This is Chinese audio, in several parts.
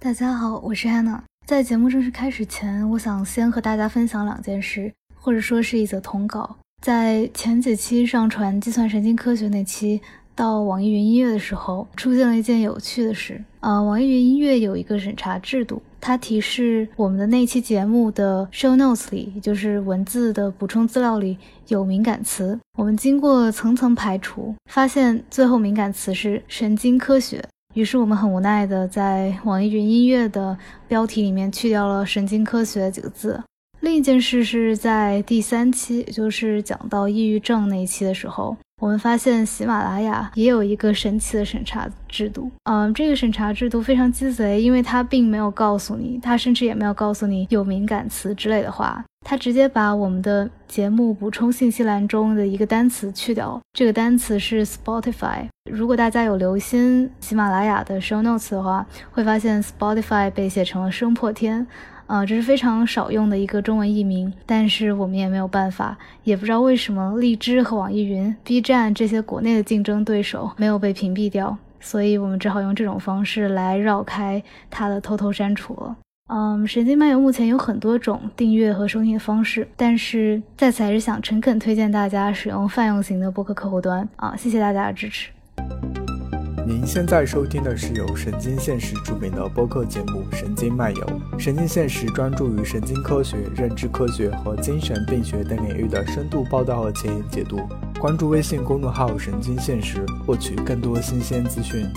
大家好，我是 Hannah。在节目正式开始前，我想先和大家分享两件事，或者说是一则通稿。在前几期上传计算神经科学那期到网易云音乐的时候，出现了一件有趣的事。网易云音乐有一个审查制度，它提示我们的那期节目的 show notes 里，也就是文字的补充资料里有敏感词。我们经过层层排除，发现最后敏感词是神经科学。于是我们很无奈的在网易云音乐的标题里面去掉了神经科学几个字。另一件事是在第3期，也就是讲到抑郁症那一期的时候，我们发现喜马拉雅也有一个神奇的审查制度。这个审查制度非常鸡贼，因为它并没有告诉你，它甚至也没有告诉你有敏感词之类的话，它直接把我们的节目补充信息栏中的一个单词去掉，这个单词是 Spotify。如果大家有留心喜马拉雅的 show notes 的话，会发现 Spotify 被写成了声破天。这是非常少用的一个中文译名，但是我们也没有办法，也不知道为什么荔枝和网易云、B 站这些国内的竞争对手没有被屏蔽掉，所以我们只好用这种方式来绕开它的偷偷删除了。神经漫游目前有很多种订阅和收听的方式，但是在此还是想诚恳推荐大家使用泛用型的播客客户端谢谢大家的支持。 您现在收听的是由神经现实出品的播客节目《神经漫游》。神经现实专注于神经科学、认知科学和精神病学等领域的深度报道和前沿解读。关注微信公众号“神经现实”，获取更多新鲜资讯。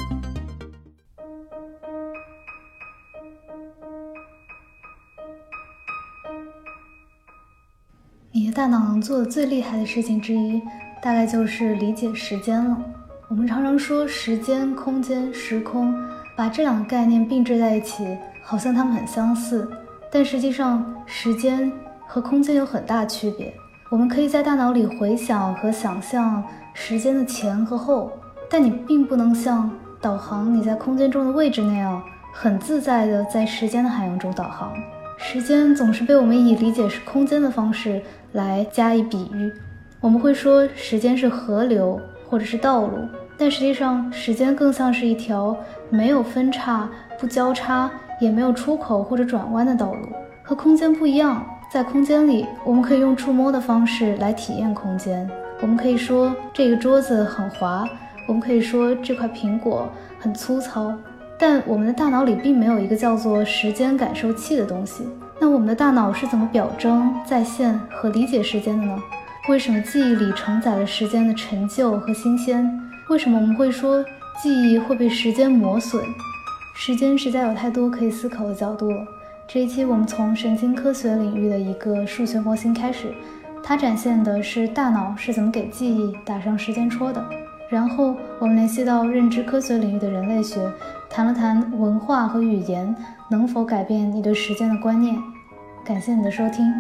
你的大脑能做的最厉害的事情之一，大概就是理解时间了。我们常常说时间、空间、时空，把这两个概念并置在一起，好像它们很相似，但实际上时间和空间有很大区别。我们可以在大脑里回想和想象时间的前和后，但你并不能像导航你在空间中的位置那样，很自在地在时间的海洋中导航。时间总是被我们以理解是空间的方式来加以比喻。我们会说时间是河流或者是道路，但实际上时间更像是一条没有分叉、不交叉，也没有出口或者转弯的道路。和空间不一样，在空间里我们可以用触摸的方式来体验空间。我们可以说这个桌子很滑，我们可以说这块苹果很粗糙，但我们的大脑里并没有一个叫做时间感受器的东西。那我们的大脑是怎么表征、再现和理解时间的呢？为什么记忆里承载了时间的陈旧和新鲜？为什么我们会说记忆会被时间磨损？时间实在有太多可以思考的角度了。这一期我们从神经科学领域的一个数学模型开始，它展现的是大脑是怎么给记忆打上时间戳的。然后我们联系到认知科学领域的人类学，谈了谈文化和语言能否改变你对时间的观念。感谢你的收听。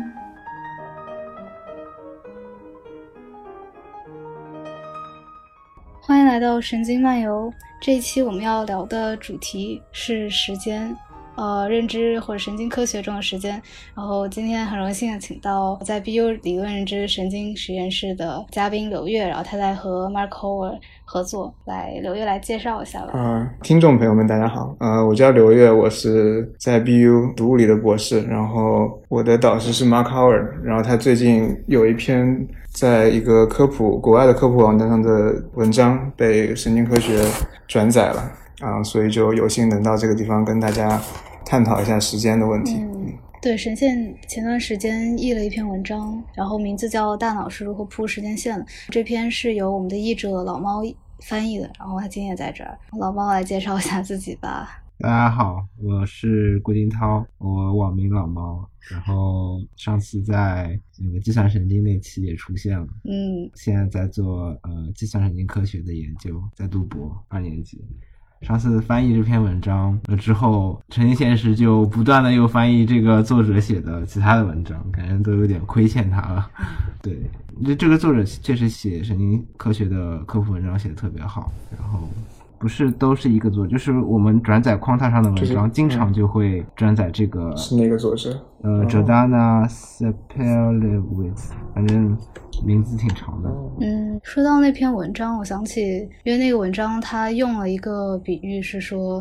欢迎来到神经漫游。这一期我们要聊的主题是时间，认知或者神经科学中的时间。然后今天很荣幸的请到在 BU 理论认知神经实验室的嘉宾刘月，然后他在和 Mark Howard 合作。刘月来介绍一下吧。 听众朋友们大家好，我叫刘月，我是在 BU 读物理的博士，然后我的导师是 Mark Howard， 然后他最近有一篇在一个国外的科普网站上的文章被神经科学转载了所以就有幸能到这个地方跟大家探讨一下时间的问题。 对，神线前段时间译了一篇文章，然后名字叫《大脑是如何铺时间线的》。这篇是由我们的译者老猫翻译的，然后他今天也在这儿。老猫来介绍一下自己吧。 大家好，我是顾金涛，我网名老猫，然后上次在那个计算神经那期也出现了。现在在做计算神经科学的研究，在读博2年级。上次翻译这篇文章了之后，神经现实就不断的又翻译这个作者写的其他的文章，感觉都有点亏欠他了。对，这个作者确实写神经科学的科普文章写得特别好，然后不是都是一个作者，就是我们转载框塔上的文章经常就会转载这个是那个作者 Jordana Sepelewitz， 反正名字挺长的。 说到那篇文章，我想起因为那个文章它用了一个比喻，是说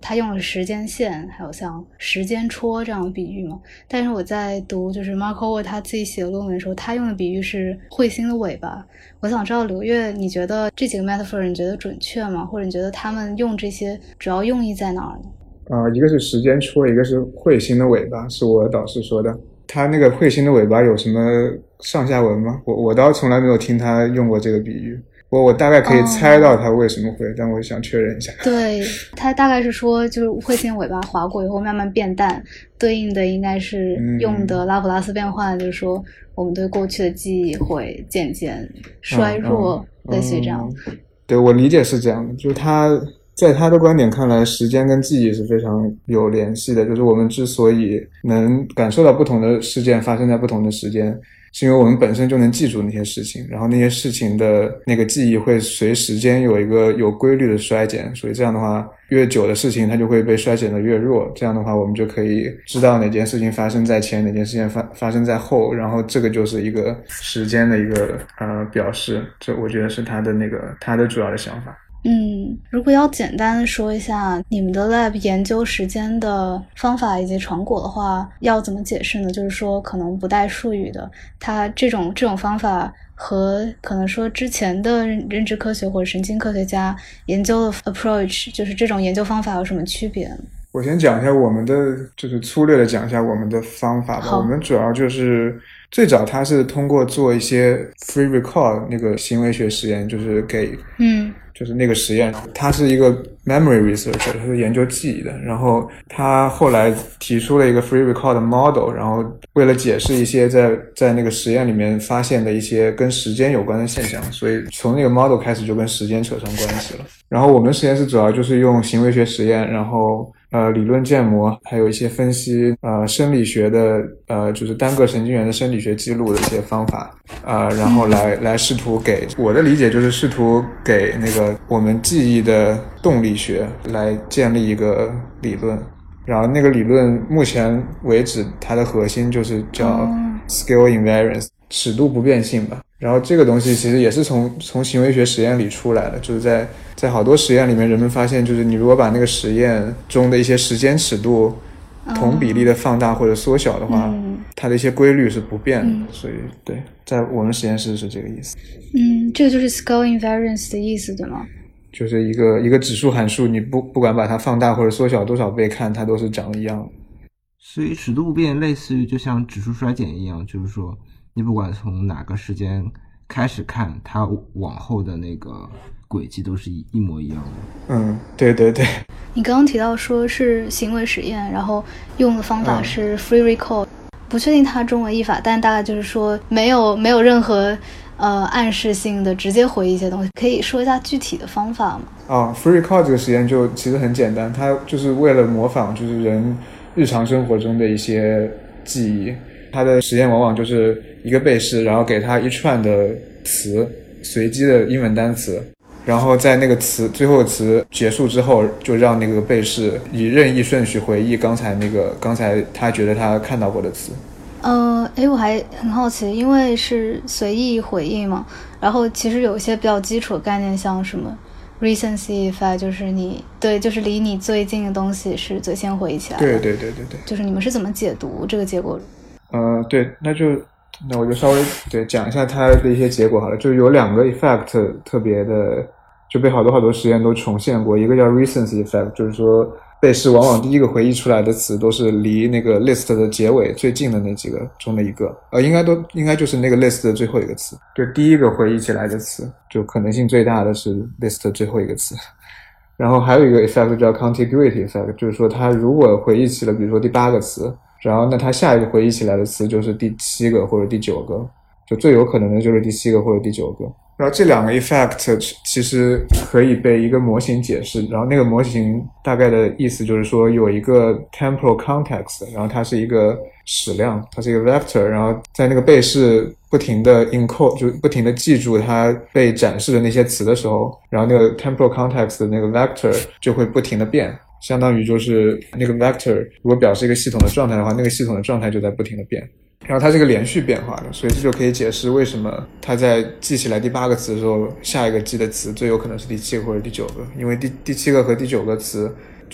他用了时间线还有像时间戳这样的比喻嘛。但是我在读就是 Mark Howard 他自己写的论文的时候，他用的比喻是彗星的尾巴。我想知道刘越，你觉得这几个 metaphor 你觉得准确吗？或者你觉得他们用这些主要用意在哪儿呢？ 一个是时间戳，一个是彗星的尾巴，是我导师说的。他那个彗星的尾巴有什么上下文吗？我倒从来没有听他用过这个比喻。我大概可以猜到他为什么会，但我想确认一下。 对，他大概是说就是彗星尾巴划过以后慢慢变淡，对应的应该是用的拉普拉斯变换，就是说我们对过去的记忆会渐渐衰弱，类似于这样。 对，我理解是这样的，就是他在他的观点看来，时间跟记忆是非常有联系的，就是我们之所以能感受到不同的事件发生在不同的时间，是因为我们本身就能记住那些事情，然后那些事情的那个记忆会随时间有一个有规律的衰减，所以这样的话越久的事情它就会被衰减的越弱，这样的话我们就可以知道哪件事情发生在前，哪件事情发生在后，然后这个就是一个时间的一个表示，这我觉得是他的主要的想法。 如果要简单的说一下你们的 lab 研究时间的方法以及成果的话，要怎么解释呢？就是说可能不带术语的，它这种方法和可能说之前的认知科学或者神经科学家研究的 approach， 就是这种研究方法有什么区别呢？ 我先讲一下我们的，就是粗略的讲一下我们的方法吧。我们主要就是最早它是通过做一些 free recall 那个行为学实验，就是给就是那个实验，他是一个 memory researcher， 他是研究记忆的，然后他后来提出了一个 free recall 的 model， 然后为了解释一些在那个实验里面发现的一些跟时间有关的现象，所以从那个 model 开始就跟时间扯上关系了。然后我们实验室主要就是用行为学实验，然后理论建模，还有一些分析生理学的就是单个神经元的生理学记录的一些方法然后来试图给我的理解就是试图给那个我们记忆的动力学来建立一个理论，然后那个理论目前为止它的核心就是叫 scale invariance， 尺度不变性吧。然后这个东西其实也是从行为学实验里出来的，就是在好多实验里面人们发现，就是你如果把那个实验中的一些时间尺度同比例的放大或者缩小的话它的一些规律是不变的所以对，在我们实验室是这个意思。 这个就是 scale invariance 的意思对吗？ 就是一个指数函数，你不管把它放大或者缩小多少倍看，它都是长一样的。 所以尺度不变类似于就像指数衰减一样，就是说你不管从哪个时间开始看，它往后的那个轨迹都是一模一样的。 对对对。 你刚刚提到说是行为实验，然后用的方法是 free recall，不确定它中文译法，但大概就是说没有任何暗示性的直接回忆一些东西，可以说一下具体的方法吗 ？free recall 这个实验就其实很简单，它就是为了模仿就是人日常生活中的一些记忆。它的实验往往就是一个被试，然后给它一串的词，随机的英文单词，然后在那个词最后词结束之后，就让那个被试以任意顺序回忆刚才他觉得他看到过的词。 我还很好奇，因为是随意回忆嘛，然后其实有一些比较基础的概念，像什么 recency effect， 就是离你最近的东西是最先回忆起来的。对，就是你们是怎么解读这个结果？ 对，那我就稍微讲一下它的一些结果好了。就有两个 effect 特别的，就被好多实验都重现过。一个叫 recency effect， 就是说被试往往第一个回忆出来的词都是离那个 list 的结尾最近的那几个中的一个，应该就是那个 list 的最后一个词。就第一个回忆起来的词，就可能性最大的是 list 的最后一个词。然后还有一个 effect 叫 contiguity effect， 就是说他如果回忆起了比如说第8个词，然后那他下一个回忆起来的词就是第7个或者第9个，就最有可能的就是第7个或者第9个。然后这两个 effect 其实可以被一个模型解释，然后那个模型大概的意思就是说有一个 temporal context， 然后它是一个矢量，它是一个 vector， 然后在那个被试不停的 encode， 就不停的记住它被展示的那些词的时候，然后那个 temporal context 的那个 vector 就会不停的变，相当于就是那个 vector 如果表示一个系统的状态的话，那个系统的状态就在不停的变，然后它是一个连续变化的，所以这就可以解释为什么它在记起来第8个词的时候，下一个记的词最有可能是第7个或者第9个，因为第7个和第9个词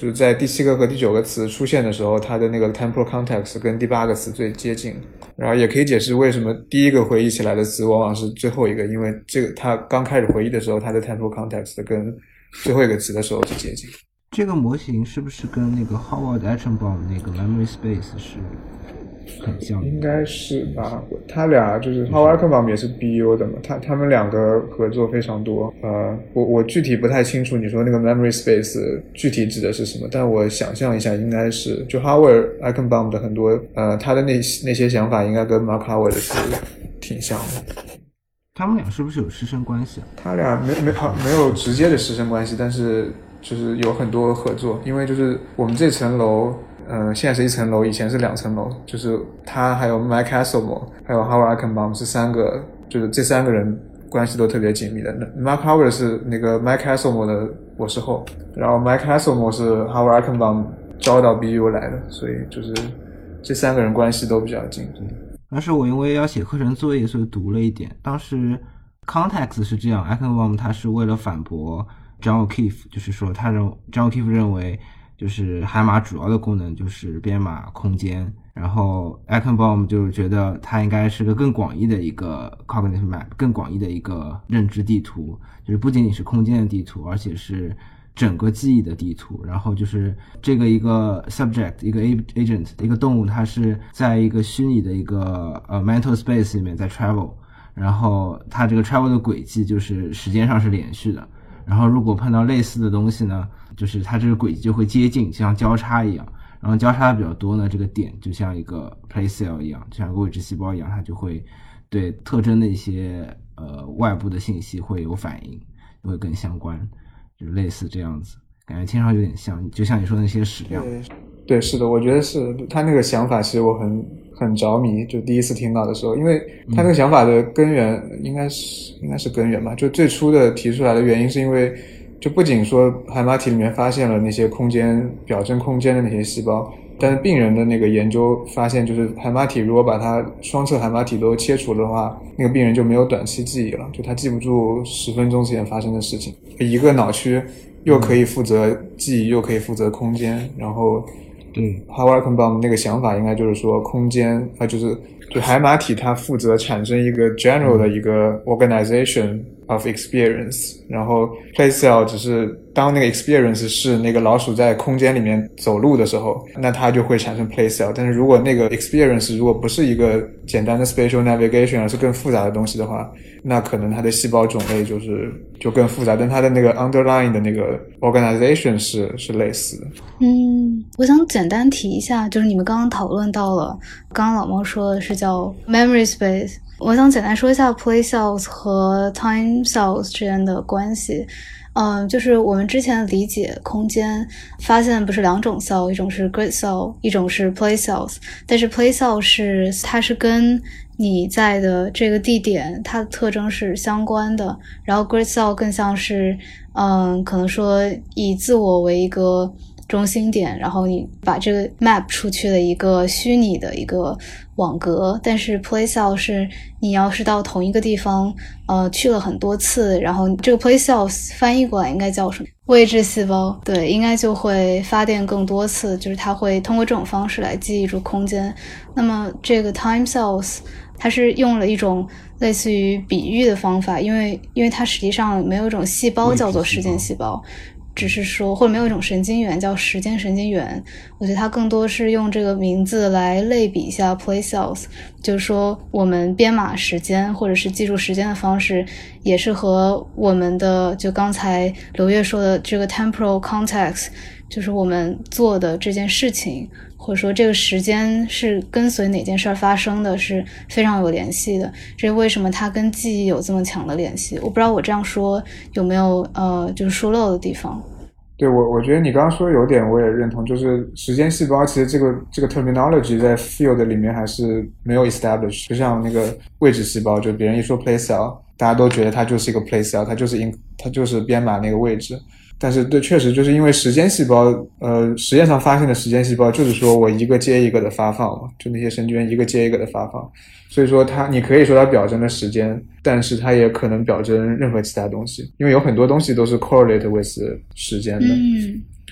就是在第7个和第9个词出现的时候，它的那个 temporal context 跟第8个词最接近。然后也可以解释为什么第一个回忆起来的词往往是最后一个，因为这个他刚开始回忆的时候，它的 temporal context 跟最后一个词的时候是接近。 这个模型是不是跟那个 Howard Achenbaum 那个 Memory Space 是很像的？ 应该是吧，他俩就是 Howard Achenbaum 也是 BU 的嘛，他们两个合作非常多。我具体不太清楚你说那个 Memory Space 具体指的是什么，但我想象一下应该是就 Howard Achenbaum 的很多他的那些想法应该跟 Mark Howard 是挺像的。 他们俩是不是有师生关系啊？ 他俩没有直接的师生关系，但是就是有很多合作，因为就是我们这层楼现在是1层楼，以前是2层楼，就是他还有 Mike Hasselmo 还有 Howard Achenbaum 是3个，就是这3个人关系都特别紧密的。Mark Howard 是那个 Mike Hasselmo 的博士后，然后 Mike Hasselmo 是 Howard Achenbaum 招到 BU 来的，所以就是这3个人关系都比较近。 当时我因为要写课程作业，所以读了一点。当时 context 是这样 Achenbaum 他是为了反驳 John O'Keefe， 就是说John O'Keefe 认为就是海马主要的功能就是编码空间，然后 Achenbaum 就是觉得它应该是个更广义的一个 cognitive map， 更广义的一个认知地图，就是不仅仅是空间的地图，而且是整个记忆的地图。然后就是这个一个 subject 一个 agent 一个动物，它是在一个虚拟的一个mental space 里面在 travel， 然后它这个 travel 的轨迹就是时间上是连续的，然后如果碰到类似的东西呢，就是它这个轨迹就会接近，就像交叉一样，然后交叉的比较多呢，这个点就像一个 place cell 一样，就像一个位置细胞一样，它就会对特征的一些外部的信息会有反应，会更相关，就类似这样子，感觉听上去有点像，就像你说的那些矢量。 对，是的，我觉得是他那个想法，其实我很着迷，就第一次听到的时候，因为他那个想法的根源应该是根源吧，就最初的提出来的原因是因为就不仅说海马体里面发现了那些空间表征空间的那些细胞，但是病人的那个研究发现，就是海马体如果把它双侧海马体都切除的话，那个病人就没有短期记忆了，就他记不住10分钟之前发生的事情。一个脑区又可以负责记忆，又可以负责空间，然后Howard Achenbaum 那个想法应该就是说空间就海马体它负责产生一个 general 的一个 organization of experience， 然后 place cell 只是当那个 experience 是那个老鼠在空间里面走路的时候，那它就会产生 place cell。 但是如果那个 experience 如果不是一个简单的 spatial navigation， 而是更复杂的东西的话，那可能它的细胞种类就更复杂，但它的那个 underlying 的那个 organization 是类似的。 我想简单提一下，就是你们刚刚讨论到了，刚刚老猫说的是叫 memory space， 我想简单说一下 place cells 和 time cells 之间的关系。就是我们之前理解空间发现不是2种 cell， 一种是 grid cell， 一种是 place cells， 但是 place cell 它是跟你在的这个地点它的特征是相关的，然后 grid cell 更像是可能说以自我为一个中心点，然后你把这个 map 出去的一个虚拟的一个网格，但是 place cell 是你要是到同一个地方去了很多次，然后这个 place cell 翻译过来应该叫什么？位置细胞，对，应该就会发电更多次，就是它会通过这种方式来记忆住空间。那么这个 time cells 它是用了一种类似于比喻的方法，因为它实际上没有一种细胞叫做时间细胞，只是说或者没有一种神经元叫时间神经元，我觉得它更多是用这个名字来类比一下 place cells， 就是说我们编码时间或者是记住时间的方式也是和我们的就刚才刘烨说的这个 temporal context， 就是我们做的这件事情或者说这个时间是跟随哪件事发生的是非常有联系的，这是为什么它跟记忆有这么强的联系。我不知道我这样说有没有就是说漏的地方。 对，我觉得你刚刚说有点我也认同，就是时间细胞其实这个 terminology 在 field 里面还是没有 establish， 就像那个位置细胞，就别人一说 place cell 大家都觉得它就是一个 place cell， 它就是编码那个位置。但是对，确实就是因为时间细胞实验上发现的时间细胞就是说我一个接一个的发放嘛，就那些神经元一个接一个的发放，所以说你可以说它表征了时间，但是它也可能表征任何其他东西，因为有很多东西都是 correlate with 时间的。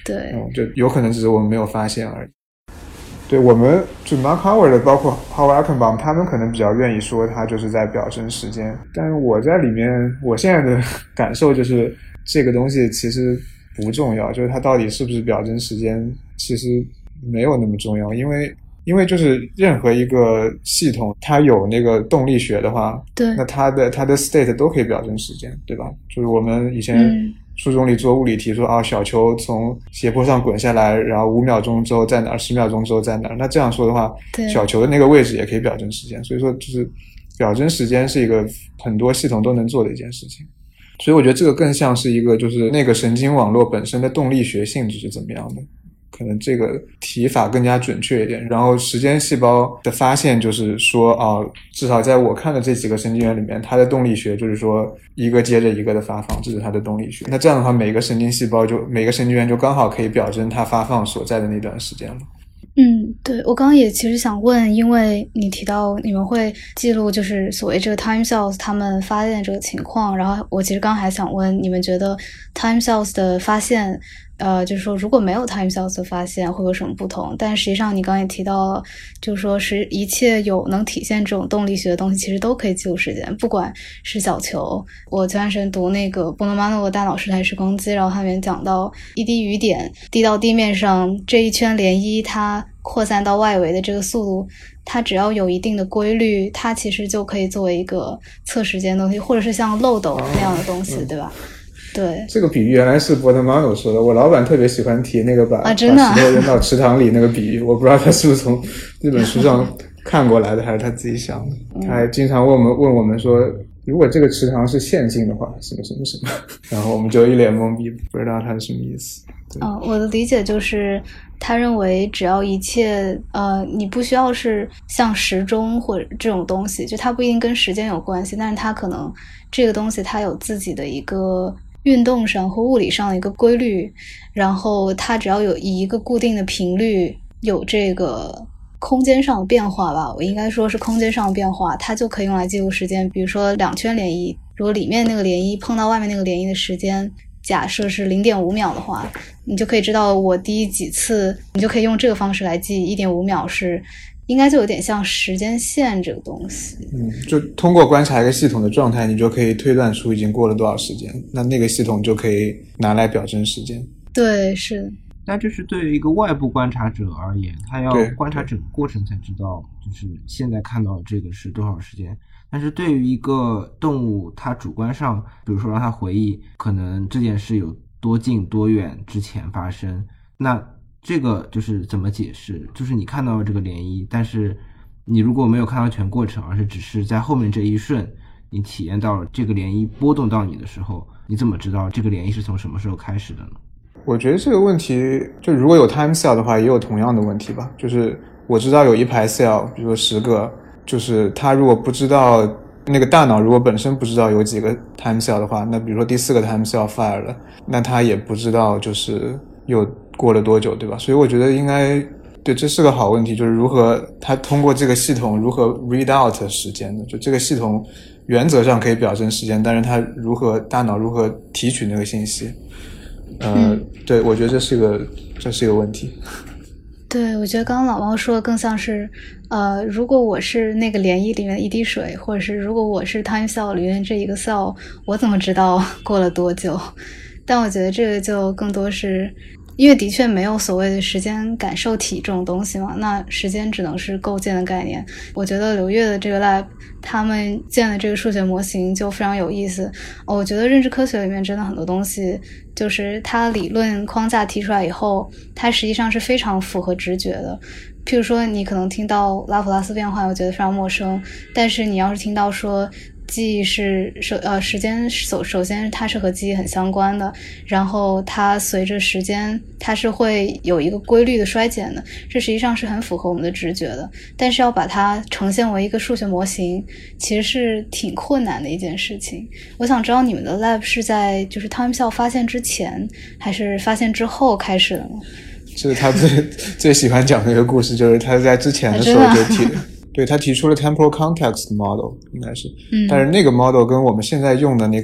对， 就有可能只是我们没有发现而已。对，我们就 Mark Howard 包括 Howard Achenbaum 他们可能比较愿意说他就是在表征时间，但是我在里面我现在的感受就是这个东西其实不重要，就是它到底是不是表征时间其实没有那么重要，因为就是任何一个系统它有那个动力学的话， 对， 那它的 state 都可以表征时间，对吧？就是我们以前初中里做物理题说小球从斜坡上滚下来，然后5秒钟之后在哪儿，10秒钟之后在哪儿，那这样说的话，小球的那个位置也可以表征时间，所以说就是表征时间是一个很多系统都能做的一件事情。所以我觉得这个更像是一个就是那个神经网络本身的动力学性质是怎么样的，可能这个提法更加准确一点。然后时间细胞的发现就是说至少在我看的这几个神经元里面，它的动力学就是说一个接着一个的发放，这是它的动力学。那这样的话每个神经元就刚好可以表征它发放所在的那段时间了。 对，我刚刚也其实想问，因为你提到你们会记录就是所谓这个 time cells 他们发现这个情况，然后我其实刚还想问，你们觉得 time cells 的发现就是说如果没有 time cells 的发现会有什么不同？但实际上你刚刚也提到了，就是说是一切有能体现这种动力学的东西其实都可以记录时间，不管是小球，我前段时间读那个波诺曼诺的大脑时态时光机，然后他们讲到一滴雨点滴到地面上，这一圈涟漪它扩散到外围的这个速度，它只要有一定的规律，它其实就可以作为一个测时间的东西，或者是像漏斗那样的东西，对吧？对， 这个比喻原来是波特曼诺说的，我老板特别喜欢提那个把石头扔到池塘里那个比喻，我不知道他是不是从那本书上看过来的，还是他自己想的。他还经常问我们说，如果这个池塘是线性的话，什么什么什么，然后我们就一脸懵逼，不知道他是什么意思。 我的理解就是他认为只要一切你不需要是像时钟或者这种东西，就它不一定跟时间有关系，但是它可能这个东西它有自己的一个运动上或物理上的一个规律，然后它只要有一个固定的频率，有这个空间上的变化吧，我应该说是空间上的变化，它就可以用来记录时间。比如说2圈涟漪，如果里面那个涟漪碰到外面那个涟漪的时间假设是 0.5 秒的话，你就可以知道我滴几次，你就可以用这个方式来记 1.5 秒是应该就有点像时间线这个东西。 就通过观察一个系统的状态，你就可以推断出已经过了多少时间，那个系统就可以拿来表征时间。 对，是。 但这是对于一个外部观察者而言，他要观察整个过程才知道就是现在看到这个是多少时间。但是对于一个动物，它主观上比如说让它回忆可能这件事有多近多远之前发生，那这个就是怎么解释，就是你看到了这个涟漪，但是你如果没有看到全过程，而是只是在后面这一瞬你体验到了这个涟漪波动到你的时候，你怎么知道这个涟漪是从什么时候开始的呢？ 我觉得这个问题就如果有 time cell 的话也有同样的问题吧，就是我知道有一排 cell 比如说10个，就是他如果不知道那个大脑如果本身不知道有几个 time cell 的话，那比如说第4个 time cell fire 了，那他也不知道就是又过了多久，对吧？所以我觉得应该对，这是个好问题，就是如何他通过这个系统如何 read out 时间的，就这个系统原则上可以表征时间，但是他大脑如何提取那个信息，对，我觉得这是一个问题。 对，我觉得刚刚老猫说的更像是如果我是那个涟漪里面的一滴水，或者是如果我是 time cell 里面这一个 cell， 我怎么知道过了多久？但我觉得这个就更多是因为的确没有所谓的时间感受体这种东西嘛，那时间只能是构建的概念。我觉得刘越的这个 lab 他们建的这个数学模型就非常有意思。我觉得认知科学里面真的很多东西就是它理论框架提出来以后，它实际上是非常符合直觉的。譬如说你可能听到拉普拉斯变换我觉得非常陌生，但是你要是听到说记忆是时间首先它是和记忆很相关的，然后它随着时间它是会有一个规律的衰减的，这实际上是很符合我们的直觉的。但是要把它呈现为一个数学模型其实是挺困难的一件事情。我想知道你们的 lab 是在就是 time cell 发现之前还是发现之后开始的呢？ 这是他最喜欢讲的一个故事，就是他在之前的时候就对，他提出了 temporal context model 应该是，但是那个 model 跟我们现在用的那个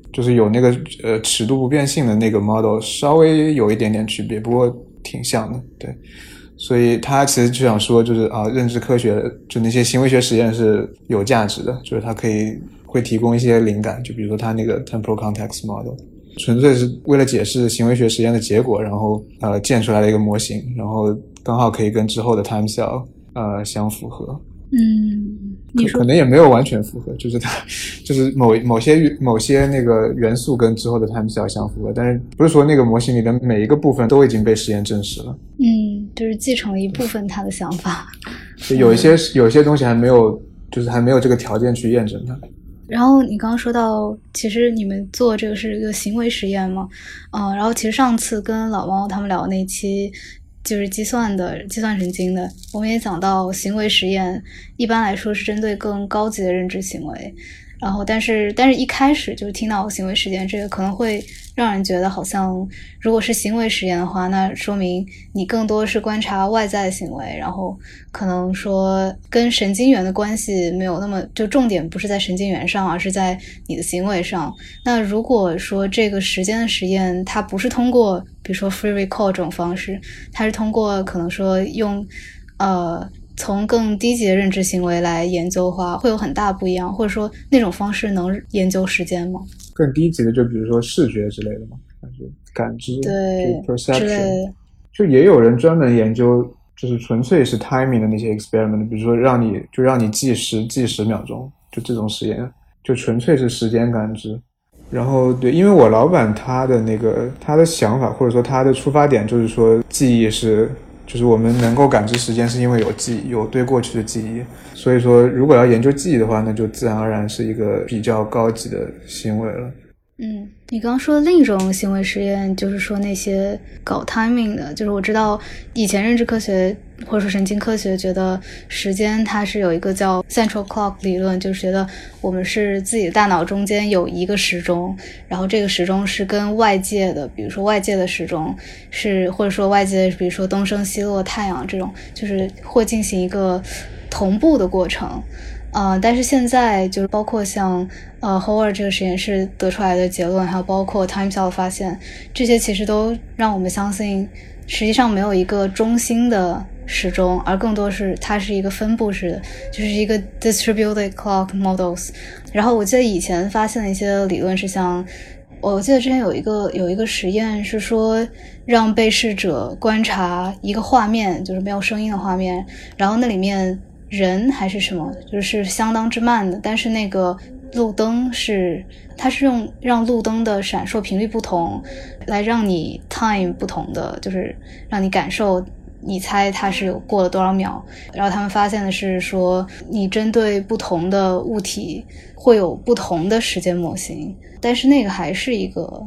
就是有那个尺度不变性的那个 model 稍微有一点点区别，不过挺像的，对。所以他其实就想说，就是认知科学就那些行为学实验是有价值的，就是它会提供一些灵感，就比如说他那个 temporal context model， 纯粹是为了解释行为学实验的结果，然后建出来的一个模型，然后刚好可以跟之后的 time cell 相符合。 你说可能也没有完全符合，就是它就是某些那个元素跟之后的 time cell 相符合，但是不是说那个模型里的每一个部分都已经被实验证实了。 就是继承了一部分他的想法。 有一些东西还没有这个条件去验证它。 然后你刚刚说到，其实你们做这个是一个行为实验嘛，然后其实上次跟老猫他们聊那期就是计算神经的，我们也讲到行为实验一般来说是针对更高级的认知行为，然后但是一开始就听到行为实验这个可能会让人觉得好像如果是行为实验的话，那说明你更多是观察外在的行为，然后可能说跟神经元的关系没有那么，就重点不是在神经元上，而是在你的行为上。那如果说这个时间的实验它不是通过比如说 free recall 这种方式，它是通过可能说用从更低级的认知行为来研究的话，会有很大不一样，或者说那种方式能研究时间吗？ 更低级的就比如说视觉之类的嘛，感知， 对， perception， 就也有人专门研究就是纯粹是 timing 的那些 experiment， 比如说让你计10秒钟，就这种实验就纯粹是时间感知。然后对，因为我老板他的想法或者说他的出发点就是说记忆就是我们能够感知时间是因为有对过去的记忆，所以说如果要研究记忆的话，那就自然而然是一个比较高级的行为了。 你刚刚说的另一种行为实验，就是说那些搞 timing 的，就是我知道以前认知科学或者说神经科学觉得时间它是有一个叫 central clock 理论，就是觉得我们是自己的大脑中间有一个时钟，然后这个时钟是跟外界的，比如说外界的时钟是，或者说外界比如说东升西落太阳这种，就是会进行一个同步的过程。但是现在就是包括像Howard 这个实验室得出来的结论，还有包括 time cell 发现，这些其实都让我们相信实际上没有一个中心的时钟，而更多是它是一个分布式的，就是一个 distributed clock models。 然后我记得以前发现的一些理论是像我记得之前有一个实验是说让被试者观察一个画面，就是没有声音的画面，然后那里面人还是什么就是相当之慢的，但是那个路灯它是用让路灯的闪烁频率不同来让你 time 不同的，就是让你感受你猜它是过了多少秒。然后他们发现的是说你针对不同的物体会有不同的时间模型，但是那个还是一个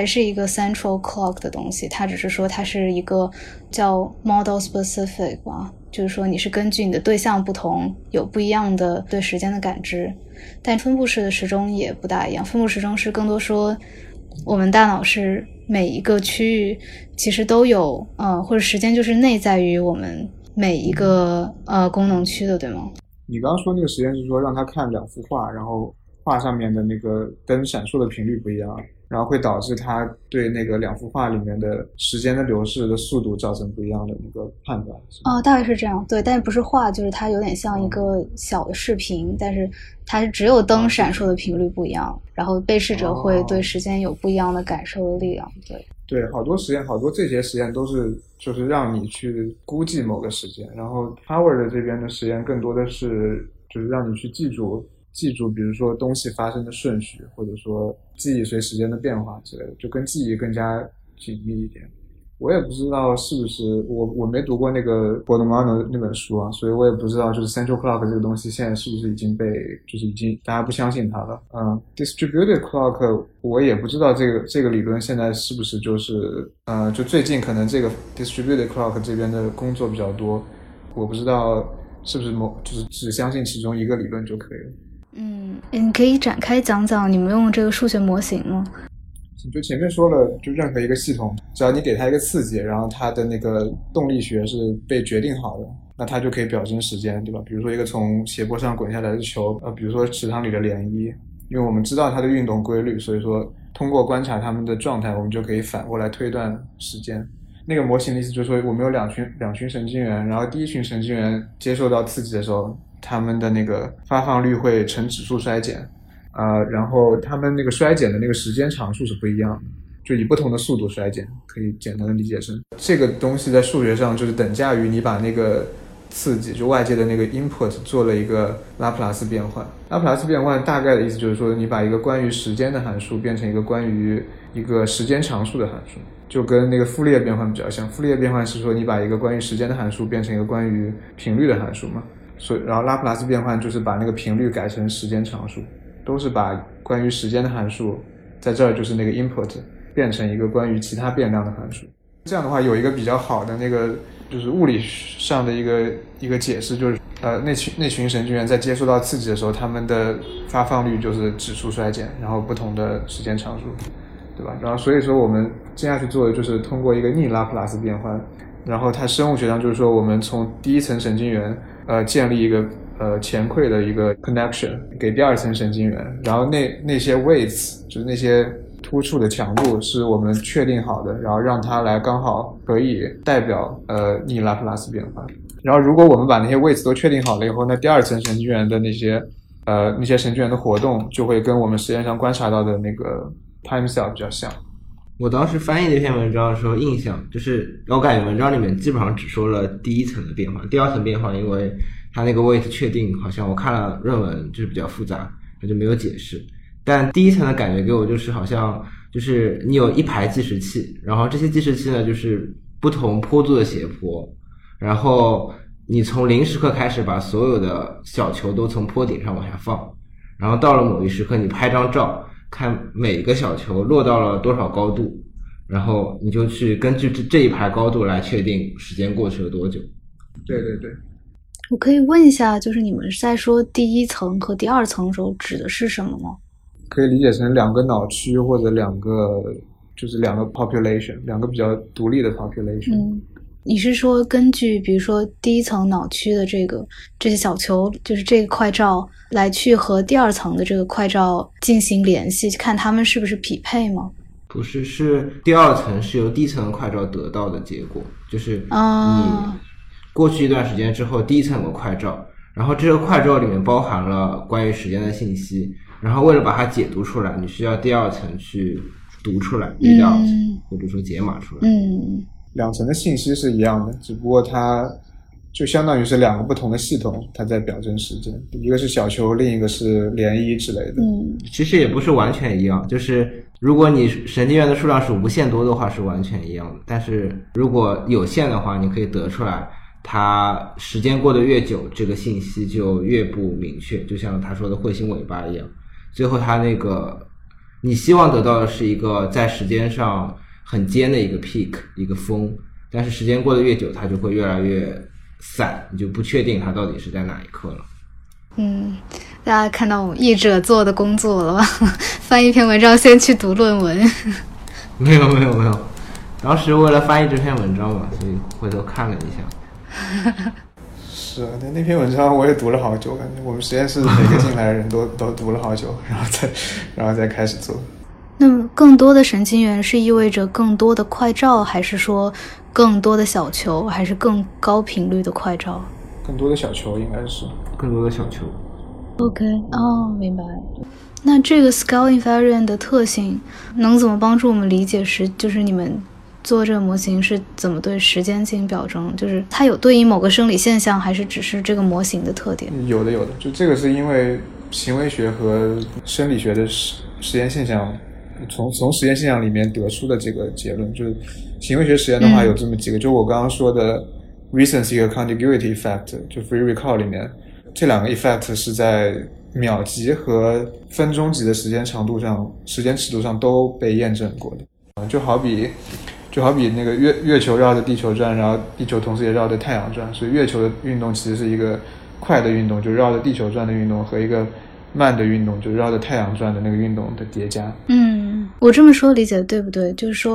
central clock 的东西，它只是说它是一个叫 model specific 吧，就是说你是根据你的对象不同有不一样的对时间的感知。但分布式的时钟也不大一样，分布时钟是更多说我们大脑是每一个区域其实都有或者时间就是内在于我们每一个功能区的，对吗？ 你刚刚说那个实验是说让他看2幅画，然后画上面的那个灯闪烁的频率不一样，然后会导致他对那个2幅画里面的时间的流逝的速度造成不一样的那个判断。 大概是这样，对，但是不是画，就是它有点像一个小的视频，但是它是只有灯闪烁的频率不一样，然后被试者会对时间有不一样的感受的力量。 对，好多这些实验都是就是让你去估计某个时间，然后 Howard 这边的实验更多的是就是让你去记住比如说东西发生的顺序，或者说记忆随时间的变化之类的，就跟记忆更加紧密一点。我也不知道是不是我没读过那个 Bordomano 那本书啊，所以我也不知道就是 central clock 这个东西现在是不是已经大家不相信它了。distributed clock 我也不知道这个理论现在是不是就是就最近可能这个 distributed clock 这边的工作比较多，我不知道是不是就是只相信其中一个理论就可以了。 你可以展开讲讲你们用这个数学模型吗？ 就前面说了，就任何一个系统，只要你给它一个刺激，然后它的那个动力学是被决定好的，那它就可以表征时间，对吧？比如说一个从斜坡上滚下来的球，比如说池塘里的涟漪， 因为我们知道它的运动规律，所以说通过观察它们的状态，我们就可以反过来推断时间。那个模型的意思就是说，我们有两群神经元，然后第一群神经元接受到刺激的时候，它们的那个发放率会呈指数衰减，然后它们那个衰减的那个时间常数是不一样的，就以不同的速度衰减，可以简单的理解成这个东西在数学上就是等价于你把那个刺激就外界的那个 input 做了一个拉普拉斯变换。拉普拉斯变换大概的意思就是说，你把一个关于时间的函数变成一个关于一个时间常数的函数，就跟那个傅立叶变换比较像。傅立叶变换是说你把一个关于时间的函数变成一个关于频率的函数嘛，所以然后拉普拉斯变换就是把那个频率改成时间常数，都是把关于时间的函数在这儿就是那个 input 变成一个关于其他变量的函数。这样的话有一个比较好的那个就是物理上的一个解释，就是那群神经元在接受到刺激的时候，它们的发放率就是指数衰减，然后不同的时间常数，对吧？然后所以说我们接下去做的就是通过一个逆拉普拉斯变换，然后它生物学上就是说我们从第一层神经元建立一个前馈的一个 connection 给第二层神经元，然后那些 weights 就是那些突触的强度是我们确定好的，然后让它来刚好可以代表逆拉普拉斯变换。然后如果我们把那些位置都确定好了以后，那第二层神经元的那些神经元的活动就会跟我们实验上观察到的那个 time cell 比较像。 我当时翻译这篇文章的时候印象就是我感觉文章里面基本上只说了第一层的变化，第二层变化因为它那个位置确定好像我看了论文就是比较复杂，它就没有解释。但第一层的感觉给我就是好像就是你有一排计时器，然后这些计时器呢就是不同坡度的斜坡，然后你从0时刻开始把所有的小球都从坡顶上往下放，然后到了某一时刻你拍张照看每个小球落到了多少高度，然后你就去根据这一排高度来确定时间过去了多久。 对对对， 我可以问一下，就是你们在说第一层和第二层的时候指的是什么吗？ 可以理解成两个脑区或者两个 population， 两个比较独立的 population。 你是说根据比如说第一层脑区的这些小球，就是这个快照来去和第二层的这个快照进行联系，看它们是不是匹配吗？ 不是，是第二层是由第一层的快照得到的结果，就是你过去一段时间之后，第一层有个快照，然后这个快照里面包含了关于时间的信息，然后为了把它解读出来，你需要第二层去读出来，read out，或者说解码出来。 两层的信息是一样的，只不过它就相当于是两个不同的系统，它在表征时间，一个是小球，另一个是涟漪之类的。 其实也不是完全一样，就是如果你神经元的数量是无限多的话是完全一样的，但是如果有限的话，你可以得出来它时间过得越久，这个信息就越不明确，就像他说的彗星尾巴一样，最后它那个你希望得到的是一个在时间上很尖的一个 peak 一个峰，但是时间过得越久它就会越来越散，你就不确定它到底是在哪一刻了。 大家看到我们译者做的工作了吧？翻译一篇文章先去读论文。 没有，当时为了翻译这篇文章嘛，所以回头看了一下。 是那篇文章我也读了好久，感觉我们实验室每个进来的人都读了好久，然后再开始做。 那么更多的神经元是意味着更多的快照，还是说更多的小球，还是更高频率的快照？ 更多的小球应该是更多的小球。 OK， 明白。那这个 scale invariant 的特性能怎么帮助我们理解就是你们做这个模型是怎么对时间进行表征？就是它有对应某个生理现象，还是只是这个模型的特点？ 有的，就这个是因为行为学和生理学的实验现象，从实验现象里面得出的这个结论。就是行为学实验的话有这么几个，就我刚刚说的 recency 和 contiguity effect， 就 free recall 里面这两个 effect 是在秒级和分钟级的时间长度上、时间尺度上都被验证过的。就好比那个月球绕着地球转，然后地球同时也绕着太阳转，所以月球的运动其实是一个快的运动，就绕着地球转的运动，和一个慢的运动，就绕着太阳转的那个运动的叠加。 我这么说理解对不对？就是说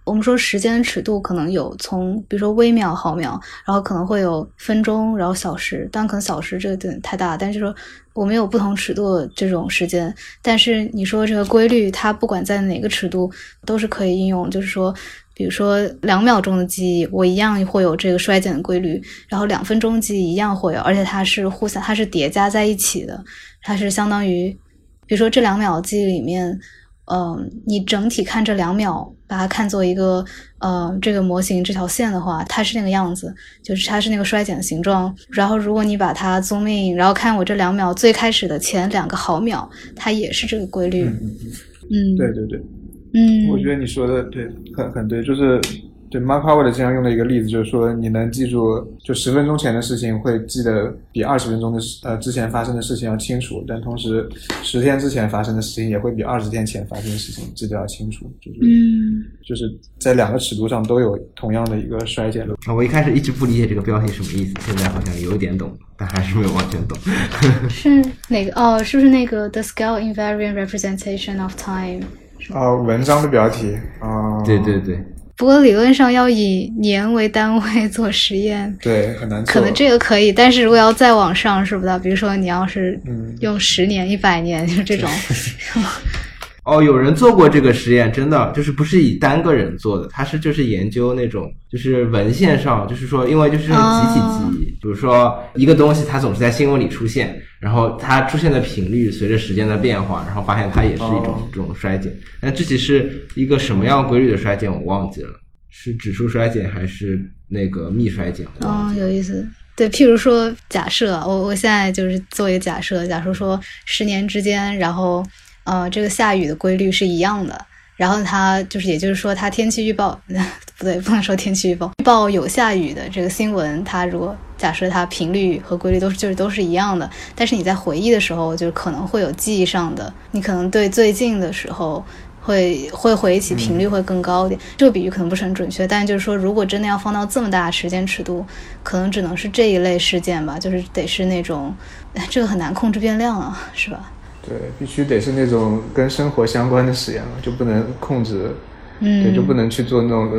我们说时间的尺度可能有从比如说微秒、毫秒，然后可能会有分钟，然后小时，当然可能小时这个点太大，但是说我们有不同尺度的这种时间，但是你说这个规律它不管在哪个尺度都是可以应用，就是说比如说2秒钟的记忆我一样会有这个衰减的规律，然后2分钟记忆一样会有，而且它是它是叠加在一起的，它是相当于比如说这2秒记忆里面你整体看这2秒把它看作一个这个模型这条线的话，它是那个样子，就是它是那个衰减的形状，然后如果你把它 zoom in 然后看我这2秒最开始的前2个毫秒，它也是这个规律。 对对对，我觉得你说的对，很对，就是对 Mark Howard 这样用的一个例子，就是说你能记住就10分钟前的事情会记得比20分钟的之前发生的事情要清楚，但同时10天之前发生的事情也会比20天前发生的事情记得要清楚，就是在2个尺度上都有同样的一个衰减的。 我一开始一直不理解这个标题什么意思，现在好像有一点懂，但还是没有完全懂。 是哪个是不是那个 The Scale Invariant Representation of Time？ 文章的标题对对对。 不过理论上要以年为单位做实验， 对，很难做。 可能这个可以，但是如果要再往上，是不是？比如说你要是用10年、100年，就这种。 有人做过这个实验，真的就是不是以单个人做的，他是就是研究那种就是文献上，就是说因为就是集体记忆，比如说一个东西它总是在新闻里出现，然后它出现的频率随着时间的变化，然后发现它也是一种这种衰减。但具体是一个什么样规律的衰减我忘记了，是指数衰减还是那个幂衰减？ 有意思。对，譬如说假设我现在就是做一个假设说10年之间，然后这个下雨的规律是一样的，然后它就是也就是说它天气预报不对，不能说天气预报有下雨的这个新闻，它如果假设它频率和规律都是一样的，但是你在回忆的时候就可能会有记忆上的，你可能对最近的时候会回忆起频率会更高一点。这个比喻可能不是很准确，但就是说如果真的要放到这么大的时间尺度，可能只能是这一类事件吧，就是得是那种这个很难控制变量啊，是吧？ 对，必须得是那种跟生活相关的实验了，就不能控制，对，就不能去做那种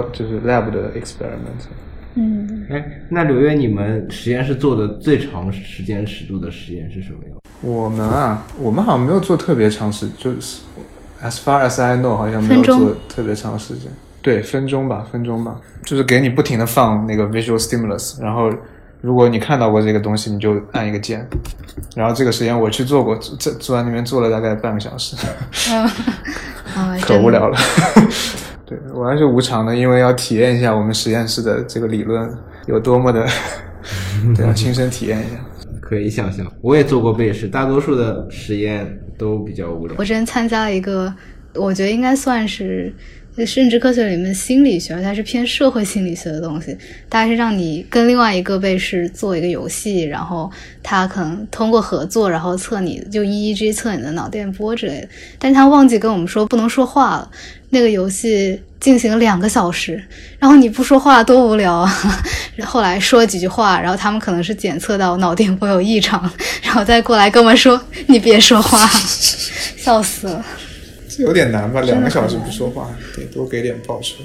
lab 的 experiment。 那柳月，你们实验室做的最长时间尺度的实验是什么样？ 我们好像没有做特别长时间，就是 as far as I know 好像没有做特别长时间。对，分钟吧，就是给你不停的放那个 visual stimulus， 然后如果你看到过这个东西，你就按一个键。然后这个实验我去做过，坐在那边做了大概半个小时，可无聊了。对，我还是无偿的，因为要体验一下我们实验室的这个理论有多么的，对，要亲身体验一下。 可以想象，我也做过背试，大多数的实验都比较无聊。 我之前参加了一个，我觉得应该算是认知科学里面心理学，它是偏社会心理学的东西，大概是让你跟另外一个被试做一个游戏，然后他可能通过合作然后测你就 EEG 测你的脑电波之类的，但是他忘记跟我们说不能说话了。那个游戏进行了2个小时，然后你不说话多无聊啊。后来说了几句话，然后他们可能是检测到脑电波有异常，然后再过来跟我们说你别说话。笑死了。 这有点难吧，2个小时不说话，得多给点报酬。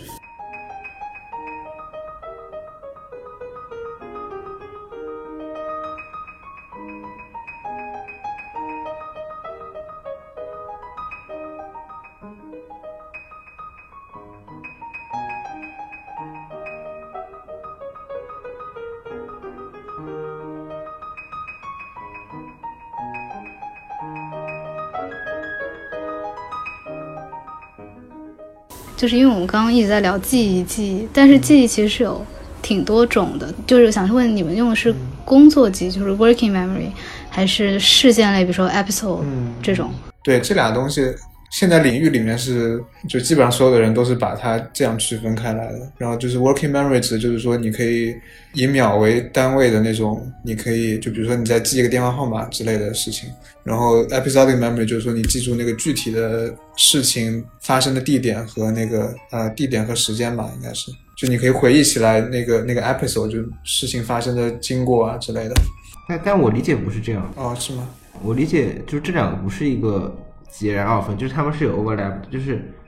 就是因为我们刚刚一直在聊记忆，但是记忆其实是有挺多种的，就是想问你们用的是工作记忆，就是 working memory， 还是事件类，比如说 episode 这种？ 对，这俩东西现在领域里面就基本上所有的人都是把它这样区分开来的。然后就是 working memory 指就是说你可以以秒为单位的那种，你可以就比如说你在记一个电话号码之类的事情。然后 episodic memory 就是说你记住那个具体的事情发生的地点和那个地点和时间吧，应该是就你可以回忆起来那个 episode 就事情发生的经过啊之类的。 但我理解不是这样。 是吗？ 我理解就是这两个不是一个截然二分，就是他们是有 overlap 的，就是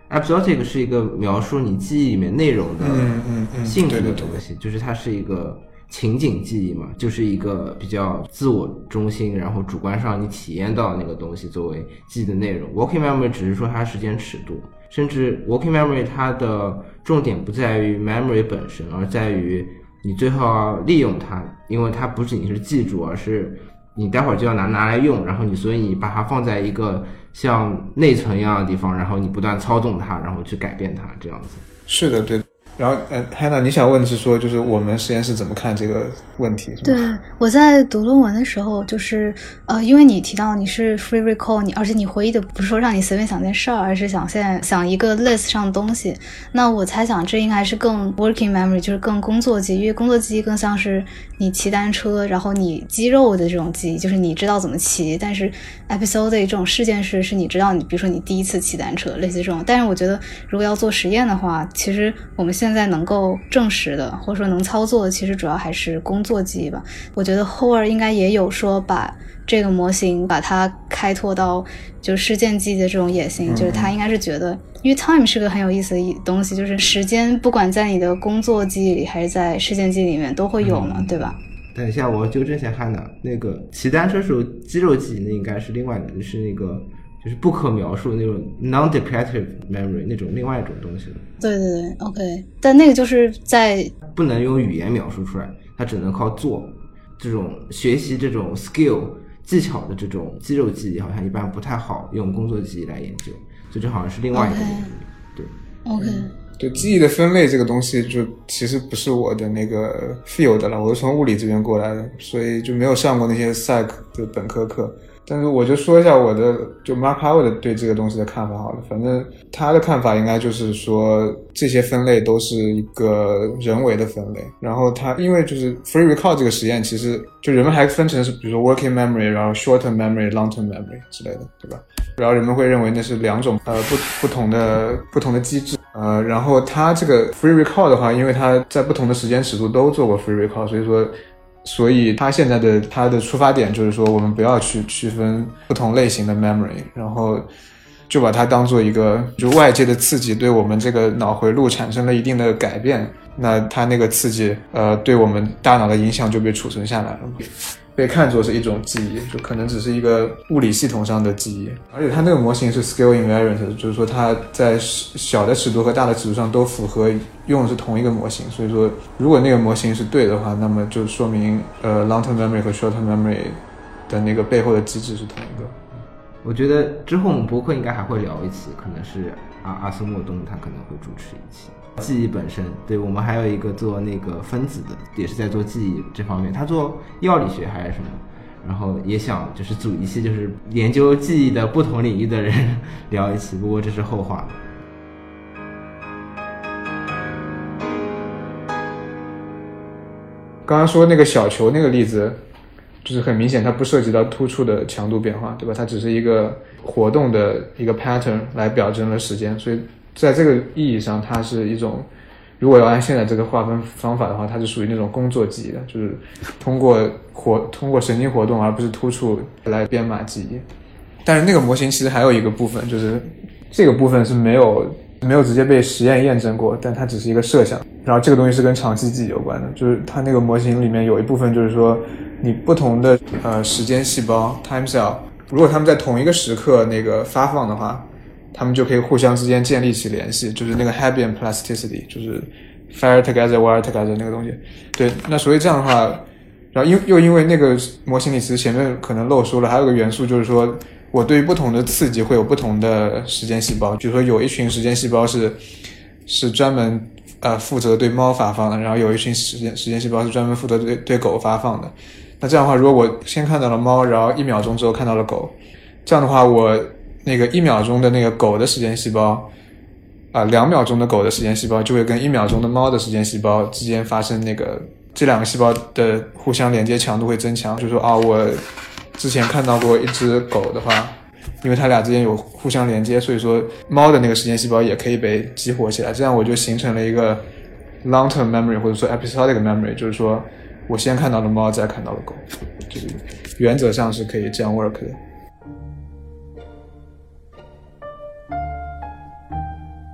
episodic 是一个描述你记忆里面内容的性质的东西，就是它是一个情景记忆嘛，就是一个比较自我中心，然后主观上你体验到那个东西作为记忆的内容。Working memory 只是说它时间尺度，甚至 working memory 它的重点不在于 memory 本身，而在于你最后要利用它，因为它不仅是记住，而是你待会儿就要拿来用，然后所以你把它放在一个像内存一样的地方，然后你不断操纵它，然后去改变它，这样子。 是的，对。然后Hannah 你想问是说就是我们实验室怎么看这个问题？ 对，我在读论文的时候就是因为你提到你是 free recall， 而且你回忆的不是说让你随便想件事儿，而是想一个 list 上的东西，那我猜想这应该是更 working memory， 就是更工作记忆，因为工作记忆更像是你骑单车，然后你肌肉的这种记忆，就是你知道怎么骑，但是 episode 这种事件是你知道你比如说你第一次骑单车类似这种。但是我觉得如果要做实验的话，其实我们现在能够证实的或者说能操作的其实主要还是工作记忆吧。我觉得 Howard 应该也有说把这个模型把它开拓到就是事件记忆的这种野心，就是他应该是觉得因为 time 是个很有意思的东西，就是时间不管在你的工作记忆里还是在事件记忆里面都会有嘛，对吧？ 等一下我纠正一下Hannah，那个骑单车时候肌肉记忆那应该是另外的，就是那个就是不可描述的那种 non-declarative memory 那种另外一种东西。 对对对 OK， 但那个就是在不能用语言描述出来，它只能靠做，这种学习这种 skill 技巧的这种肌肉记忆好像一般不太好用工作记忆来研究，所以这好像是另外一个领域。对 OK， 对记忆的分类这个东西就其实不是我的那个 field 了，我是从物理这边过来的，所以就没有上过那些 psych 的本科课。但是我就说一下我的就 Mark Howard 对这个东西的看法好了。反正他的看法应该就是说这些分类都是一个人为的分类，然后他因为就是 free recall 这个实验其实就人们还分成是比如说 working memory 然后 short term memory long term memory 之类的，对吧？然后人们会认为那是两种不同的机制。然后他这个 free recall 的话，因为他在不同的时间尺度都做过 free recall， 所以他现在他的出发点就是说我们不要去区分不同类型的 memory， 然后就把它当做一个就外界的刺激对我们这个脑回路产生了一定的改变，那它那个刺激对我们大脑的影响就被储存下来了，被看作是一种记忆，就可能只是一个物理系统上的记忆。而且它那个模型是 scale invariant， 就是说它在小的尺度和大的尺度上都符合，用的是同一个模型。所以说如果那个模型是对的话，那么就说明long term memory 和 short term memory 的那个背后的机制是同一个。 我觉得之后我们博客应该还会聊一期，可能是阿斯莫东他可能会主持一期记忆本身。对，我们还有一个做那个分子的，也是在做记忆这方面，他做药理学还是什么，然后也想就是组一期就是研究记忆的不同领域的人聊一期，不过这是后话。 刚刚说那个小球那个例子，就是很明显它不涉及到突触的强度变化，对吧？它只是一个活动的一个 pattern 来表征了时间，所以在这个意义上它是一种，如果要按现在这个划分方法的话，它是属于那种工作记忆的，就是通过神经活动而不是突触来编码记忆。但是那个模型其实还有一个部分，就是这个部分是没有直接被实验验证过，但它只是一个设想，然后这个东西是跟长期记忆有关的，就是它那个模型里面有一部分就是说你不同的时间细胞 time cell， 如果它们在同一个时刻那个发放的话，它们就可以互相之间建立起联系，就是那个 Hebbian plasticity， 就是 fire together wire together 那个东西。对，那所以这样的话，然后又因为那个模型里其实前面可能漏说了，还有个元素就是说我对于不同的刺激会有不同的时间细胞，比如说有一群时间细胞是专门负责对猫发放的，然后有一群时间细胞是专门负责对狗发放的。那这样的话，如果我先看到了猫，然后1秒钟之后看到了狗，这样的话我那个1秒钟的那个狗的时间细胞2秒钟的狗的时间细胞就会跟1秒钟的猫的时间细胞之间发生那个这两个细胞的互相连接强度会增强，就是说我之前看到过一只狗的话，因为它俩之间有互相连接，所以说猫的那个时间细胞也可以被激活起来，这样我就形成了一个 long term memory 或者说 episodic memory， 就是说我先看到了猫再看到了狗，就是原则上是可以这样 work 的。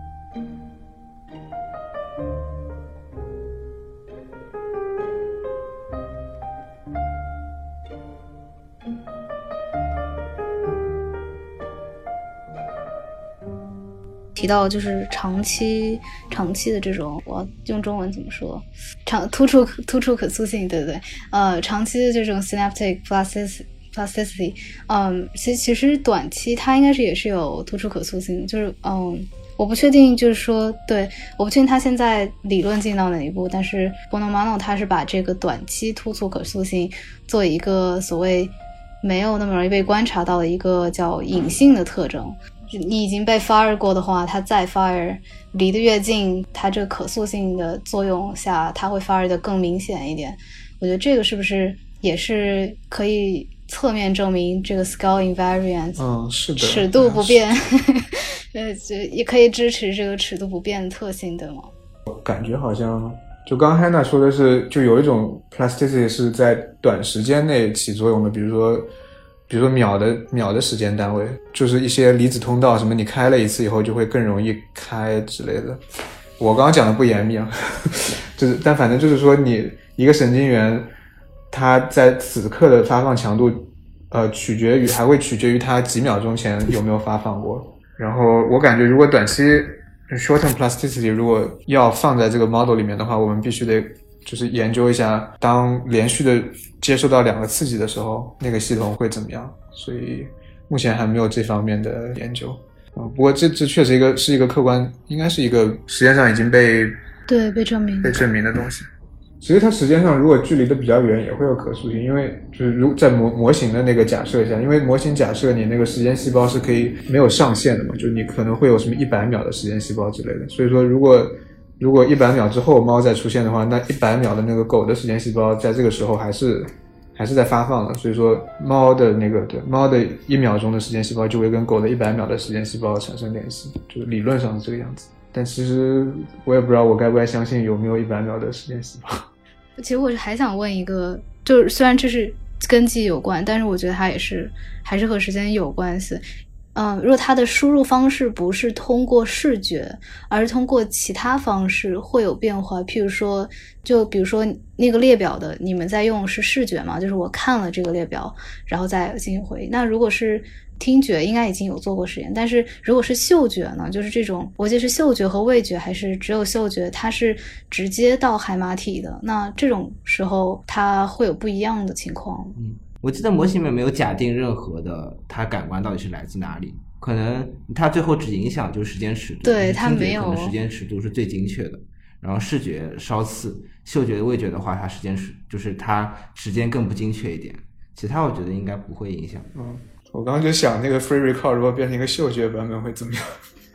提到就是长期的这种，我用中文怎么说？突出可塑性，对不对？长期的这种 synaptic plasticity， 其实短期它应该是也是有突出可塑性，就是我不确定，就是说，对，我不确定他现在理论进到哪一步，但是 Buono-Mano 他是把这个短期突出可塑性作为一个所谓没有那么容易被观察到的一个叫隐性的特征。你已经被 fire 过的话，它再 fire 离得越近，它这个可塑性的作用下，它会 fire 的更明显一点。我觉得这个是不是也是可以侧面证明这个 scale invariance， 是的， 尺度不变，也可以支持这个尺度不变的特性，对吗？ 感觉好像就刚刚 Hannah 说的是，就有一种 plasticity 是在短时间内起作用的，比如说秒的时间单位，就是一些离子通道什么，你开了一次以后就会更容易开之类的。我刚刚讲的不严密啊，但反正就是说，你一个神经元，它在此刻的发放强度，还会取决于它几秒钟前有没有发放过。然后我感觉，如果短期 short-term plasticity 如果要放在这个 model 里面的话，我们必须得就是研究一下，当连续的接受到2个刺激的时候，那个系统会怎么样。所以目前还没有这方面的研究。不过这确实是一个客观，应该是一个实验上已经被证明的东西。其实它时间上如果距离的比较远也会有可塑性，因为就是在模型的那个假设下，因为模型假设你那个时间细胞是可以没有上限的嘛，就是你可能会有什么100秒的时间细胞之类的，所以说如果100秒之后猫再出现的话，那100秒的那个狗的时间细胞在这个时候还是在发放的，所以说猫的1秒钟的时间细胞就会跟狗的100秒的时间细胞产生联系，就是理论上是这个样子。但其实我也不知道我该不该相信有没有100秒的时间细胞。 其实我还想问一个，就是虽然这是跟记忆有关，但是我觉得它还是和时间有关系。如果它的输入方式不是通过视觉，而是通过其他方式会有变化。比如说那个列表的，你们在用是视觉嘛？就是我看了这个列表，然后再进行回忆。那如果是听觉，应该已经有做过实验。但是如果是嗅觉呢？就是这种，我记得是嗅觉和味觉，还是只有嗅觉，它是直接到海马体的。那这种时候，它会有不一样的情况。 我记得模型里面没有假定任何的它感官到底是来自哪里，可能它最后只影响就是时间尺度， 对，它没有， 可能时间尺度是最精确的，然后视觉稍次，嗅觉味觉的话，它就是它时间更不精确一点，其他我觉得应该不会影响。 我刚刚就想那个 free recall 如果变成一个嗅觉版本会怎么样？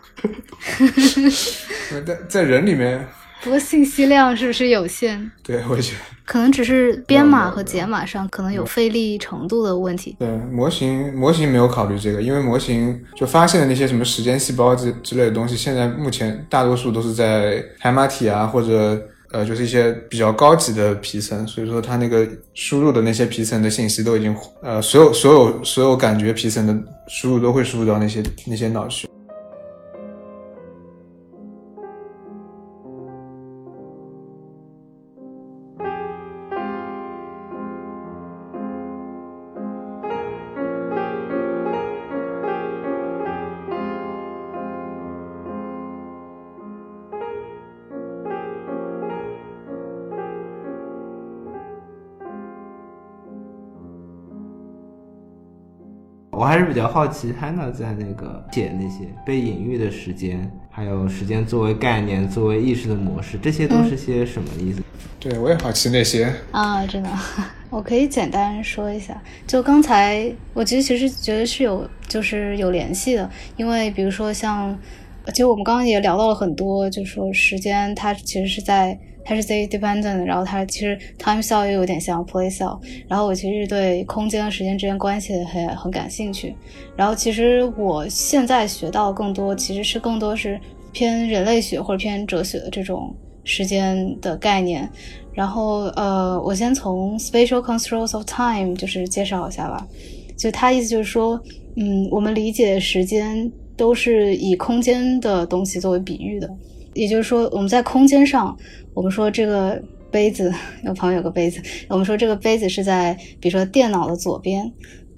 在人里面。 不过信息量是不是有限？ 对，我觉得可能只是编码和解码上可能有费力程度的问题。 对，模型没有考虑这个，因为模型就发现的那些什么时间细胞之类的东西，现在目前大多数都是在海马体啊，或者就是一些比较高级的皮层，所以说它那个输入的那些皮层的信息都已经所有感觉皮层的输入都会输入到那些脑区。 我还是比较好奇 Hannah 在那个写那些被隐喻的时间，还有时间作为概念作为意识的模式，这些都是些什么意思？ 对，我也好奇那些真的我可以简单说一下，就刚才我其实觉得是有联系的，因为比如说其实我们刚刚也聊到了很多，就是说时间它其实它是 state dependent， 然后它其实 time cell 又有点像 place cell， 然后我其实对空间和时间之间关系很感兴趣，然后其实我现在学到更多是偏人类学或者偏哲学的这种时间的概念，然后我先从 spatial constructs of time 就是介绍一下吧，就它意思就是说我们理解时间都是以空间的东西作为比喻的，也就是说我们在空间上，我们说这个杯子，有朋友有个杯子，我们说这个杯子是在比如说电脑的左边，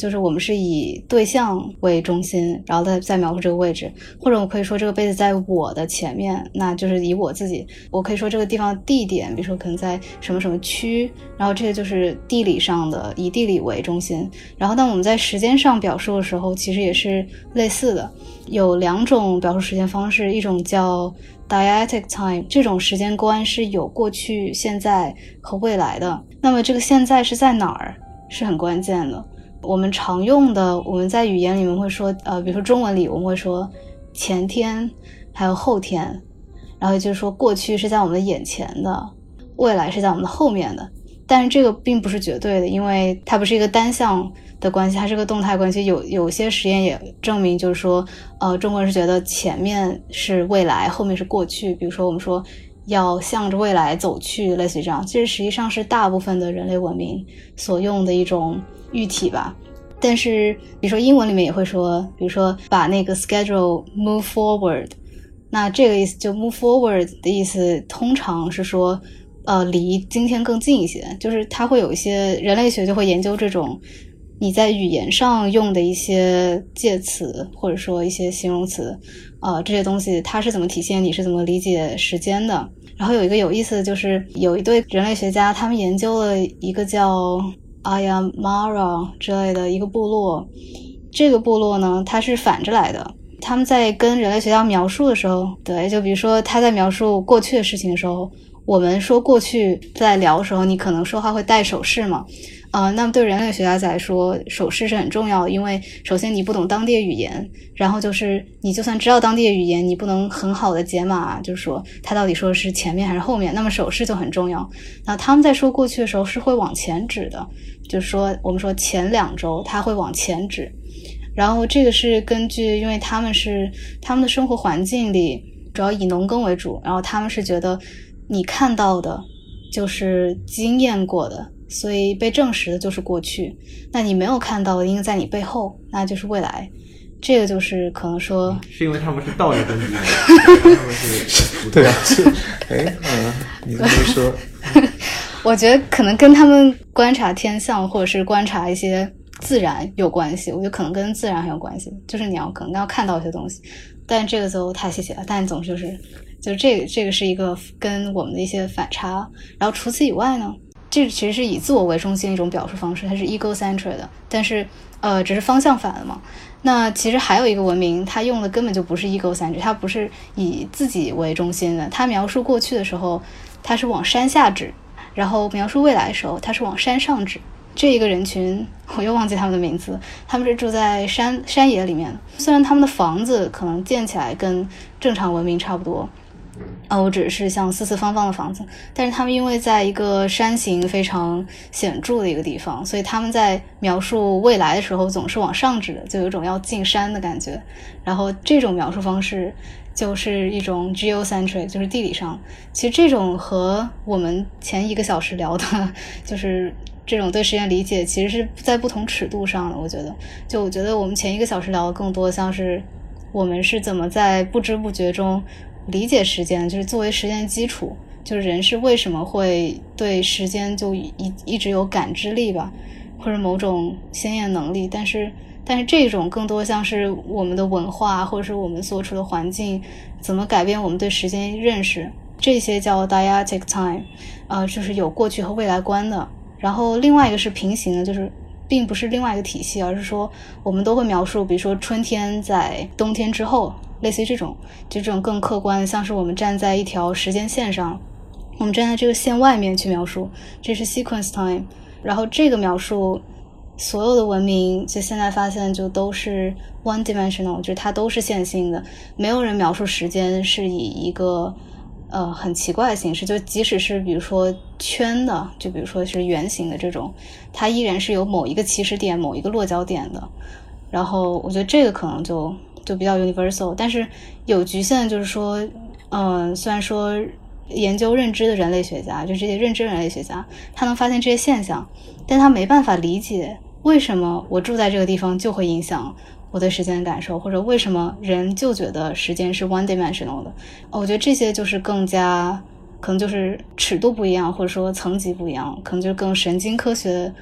就是我们是以对象为中心，然后再描述这个位置，或者我可以说这个杯子在我的前面，那就是以我自己，我可以说这个地方地点，比如说可能在什么什么区，然后这个就是地理上的，以地理为中心。然后当我们在时间上表述的时候，其实也是类似的，有2种表述时间方式，一种叫Dyadic time， 这种时间观是有过去、现在和未来的。那么这个现在是在哪儿是很关键的。我们常用的，我们在语言里面会说比如说中文里我们会说前天还有后天，然后就是说过去是在我们的眼前的，未来是在我们的后面的。但是这个并不是绝对的，因为它不是一个单向的关系，它是个动态关系。有些实验也证明，就是说中国人是觉得前面是未来，后面是过去。比如说我们说要向着未来走去，类似于这样，这实际上是大部分的人类文明所用的一种喻体吧。但是比如说英文里面也会说，比如说把那个 schedule move forward， 那这个意思就 move forward 的意思通常是说离今天更近一些，就是它会有一些人类学就会研究这种你在语言上用的一些介词或者说一些形容词这些东西它是怎么体现你是怎么理解时间的。然后有一个有意思的就是有一对人类学家，他们研究了一个叫Ayamara 之类的一个部落，这个部落呢它是反着来的，他们在跟人类学家描述的时候，对，就比如说他在描述过去的事情的时候，我们说过去在聊的时候，你可能说话会带手势嘛，那么对人类学家来说，手势是很重要的，因为首先你不懂当地的语言，然后就是你就算知道当地的语言，你不能很好的解码，就是说他到底说的是前面还是后面，那么手势就很重要。那他们在说过去的时候是会往前指的，就是说我们说前2周他会往前指，然后这个是根据因为他们的生活环境里主要以农耕为主，然后他们是觉得你看到的就是经验过的，所以被证实的就是过去，那你没有看到的应该在你背后，那就是未来。这个就是可能说是因为他们是道义根基对啊，是你这么说我觉得可能跟他们观察天象或者是观察一些自然有关系，我觉得可能跟自然很有关系，就是你可能要看到一些东西，但这个就太细节了。但总之就是这个是一个跟我们的一些反差。然后除此以外呢，这其实是以自我为中心的一种表述方式，它是 egocentric 的，但是只是方向反了嘛。那其实还有一个文明，它用的根本就不是 egocentric， 它不是以自己为中心的，它描述过去的时候它是往山下指，然后描述未来的时候它是往山上指。这一个人群我又忘记他们的名字，他们是住在山野里面，虽然他们的房子可能建起来跟正常文明差不多，我只是像四四方方的房子，但是他们因为在一个山形非常显著的一个地方，所以他们在描述未来的时候总是往上指的，就有一种要进山的感觉。然后这种描述方式就是一种 geocentric， 就是地理上。其实这种和我们前1个小时聊的就是这种对时间理解其实是在不同尺度上的。我觉得我们前1个小时聊的更多像是我们是怎么在不知不觉中理解时间，就是作为时间的基础，就是人是为什么会对时间就一直有感知力吧，或者某种先验能力。但是这种更多像是我们的文化或者是我们所处的环境怎么改变我们对时间认识，这些叫 dyadic time， 就是有过去和未来观的。然后另外一个是平行的，就是并不是另外一个体系，而是说我们都会描述比如说春天在冬天之后，类似于这种更客观的，像是我们站在一条时间线上，我们站在这个线外面去描述，这是 sequence time。 然后这个描述所有的文明就现在发现就都是 one dimensional， 就是它都是线性的，没有人描述时间是以一个很奇怪的形式，就即使是比如说圈的，就比如说是圆形的这种，它依然是有某一个起始点某一个落脚点的。然后我觉得这个可能就比较 universal， 但是有局限，就是说虽然说研究认知的人类学家，就这些认知人类学家，他能发现这些现象，但他没办法理解为什么我住在这个地方就会影响我对时间的感受，或者为什么人就觉得时间是 one dimensional 的。我觉得这些就是更加可能就是尺度不一样，或者说层级不一样，可能就是更神经科学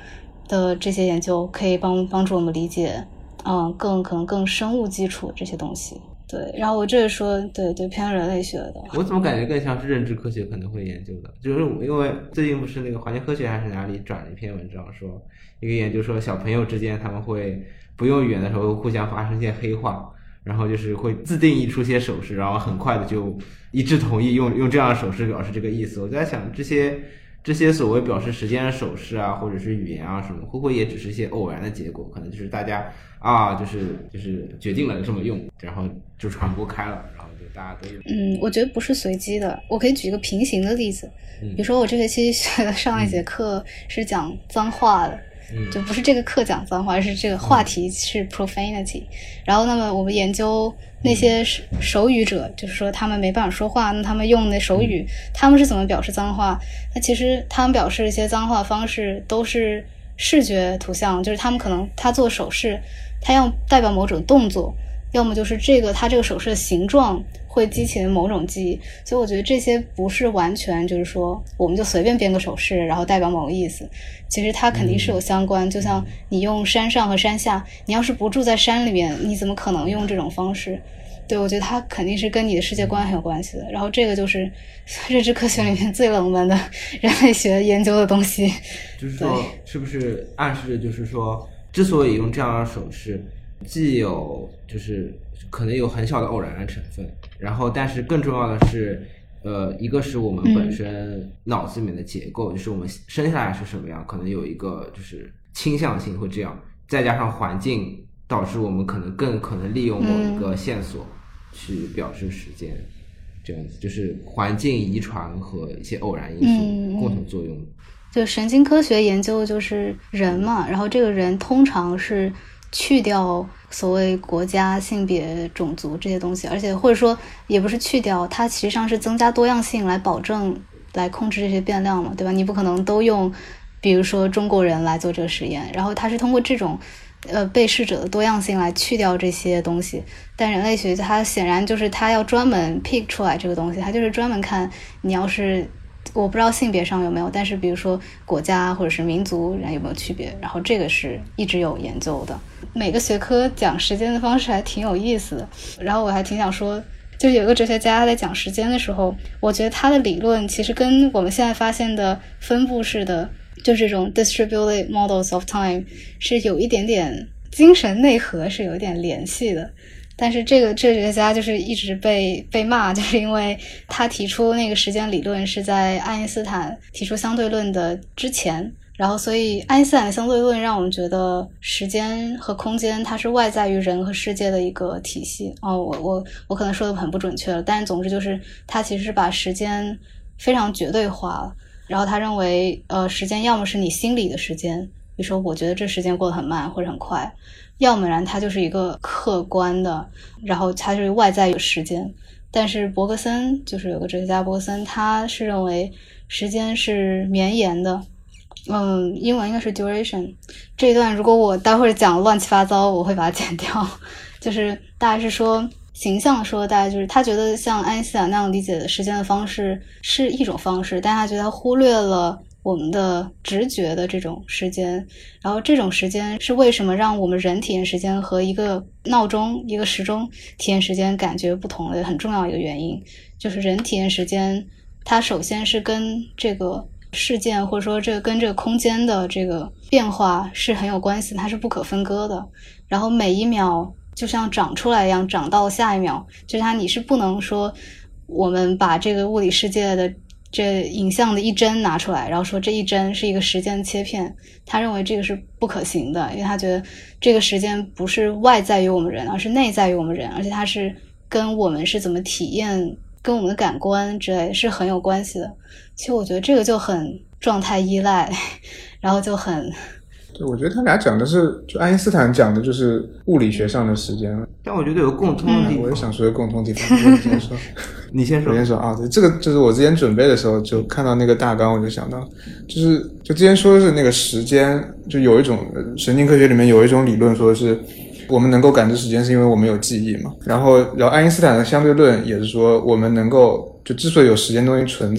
的这些研究可以帮助我们理解可能更生物基础这些东西。对，然后我这个说对偏人类学的， 我怎么感觉更像是认知科学可能会研究的，就是因为最近不是那个环境科学还是哪里转了一篇文章，说一个研究说小朋友之间他们会不用语言的时候互相发生一些黑话，然后就是会自定义出些手势，然后很快的就一致同意用这样的手势表示这个意思。我在想这些所谓表示时间的手势啊，或者是语言啊什么，会不会也只是一些偶然的结果？可能就是大家就是决定了这么用，然后就传播开了，然后就大家都用。 我觉得不是随机的。我可以举一个平行的例子，比如说我这学期学的上一节课是讲脏话的。就不是这个课讲脏话，而是这个话题是 profanity。然后那么我们研究那些手语者，就是说他们没办法说话，那他们用那手语，他们是怎么表示脏话？那其实他们表示一些脏话方式都是视觉图像，就是他们可能他做手势，他要代表某种动作，要么就是他这个手势的形状会激起某种记忆。所以我觉得这些不是完全就是说我们就随便编个手势然后代表某个意思，其实它肯定是有相关。就像你用山上和山下，你要是不住在山里面，你怎么可能用这种方式？对，我觉得它肯定是跟你的世界观很有关系的。然后这个就是认知科学里面最冷门的人类学研究的东西。 就是说是不是暗示就是说之所以用这样的手势，既有就是可能有很小的偶然的成分，然后但是更重要的是一个是我们本身脑子里面的结构，就是我们生下来是什么样，可能有一个就是倾向性会这样，再加上环境导致我们更可能利用某一个线索去表示时间，这样子就是环境遗传和一些偶然因素共同作用。 就神经科学研究就是人嘛，然后这个人通常是去掉所谓国家、性别、种族这些东西，而且或者说也不是去掉，它实际上是增加多样性来保证来控制这些变量嘛，对吧？你不可能都用比如说中国人来做这个实验，然后它是通过这种被试者的多样性来去掉这些东西。但人类学它显然就是它要专门 pick 出来这个东西，它就是专门看你要是我不知道性别上有没有，但是比如说国家或者是民族人有没有区别，然后这个是一直有研究的。每个学科讲时间的方式还挺有意思的，然后我还挺想说，就有一个哲学家在讲时间的时候，我觉得他的理论其实跟我们现在发现的分布式的就这种 distributed models of time 是有一点点精神内核是有一点联系的。但是这个哲学家就是一直被骂，就是因为他提出那个时间理论是在爱因斯坦提出相对论的之前，然后所以爱因斯坦的相对论让我们觉得时间和空间它是外在于人和世界的一个体系。我可能说的很不准确了，但是总之就是他其实是把时间非常绝对化了。然后他认为时间要么是你心里的时间，比如说我觉得这时间过得很慢或者很快，要么然它就是一个客观的，然后它就是外在有时间。但是伯格森就是有个哲学家伯格森，他是认为时间是绵延的，英文应该是 duration。 这一段如果我待会儿讲乱七八糟我会把它剪掉，就是大概是说形象说大概就是他觉得像爱因斯坦那样理解的时间的方式是一种方式，但他觉得他忽略了我们的直觉的这种时间，然后这种时间是为什么让我们人体验时间和一个闹钟一个时钟体验时间感觉不同的很重要一个原因，就是人体验时间它首先是跟这个事件或者说这个跟这个空间的这个变化是很有关系，它是不可分割的，然后每一秒就像长出来一样长到下一秒，就是你是不能说我们把这个物理世界的这影像的一帧拿出来然后说这一帧是一个时间切片，他认为这个是不可行的，因为他觉得这个时间不是外在于我们人而是内在于我们人，而且它是跟我们是怎么体验跟我们的感官之类是很有关系的。其实我觉得这个就很状态依赖，然后就很对，我觉得他俩讲的是就爱因斯坦讲的就是物理学上的时间， 但我觉得有共通的地方， 我也想说有共通地方。你先说你先说。 我先说啊，对，这个就是我之前准备的时候就看到那个大纲，我就想到就之前说的是那个时间，就有一种神经科学里面有一种理论说是我们能够感知时间是因为我们有记忆嘛，然后爱因斯坦的相对论也是说我们能够就之所以有时间东西存在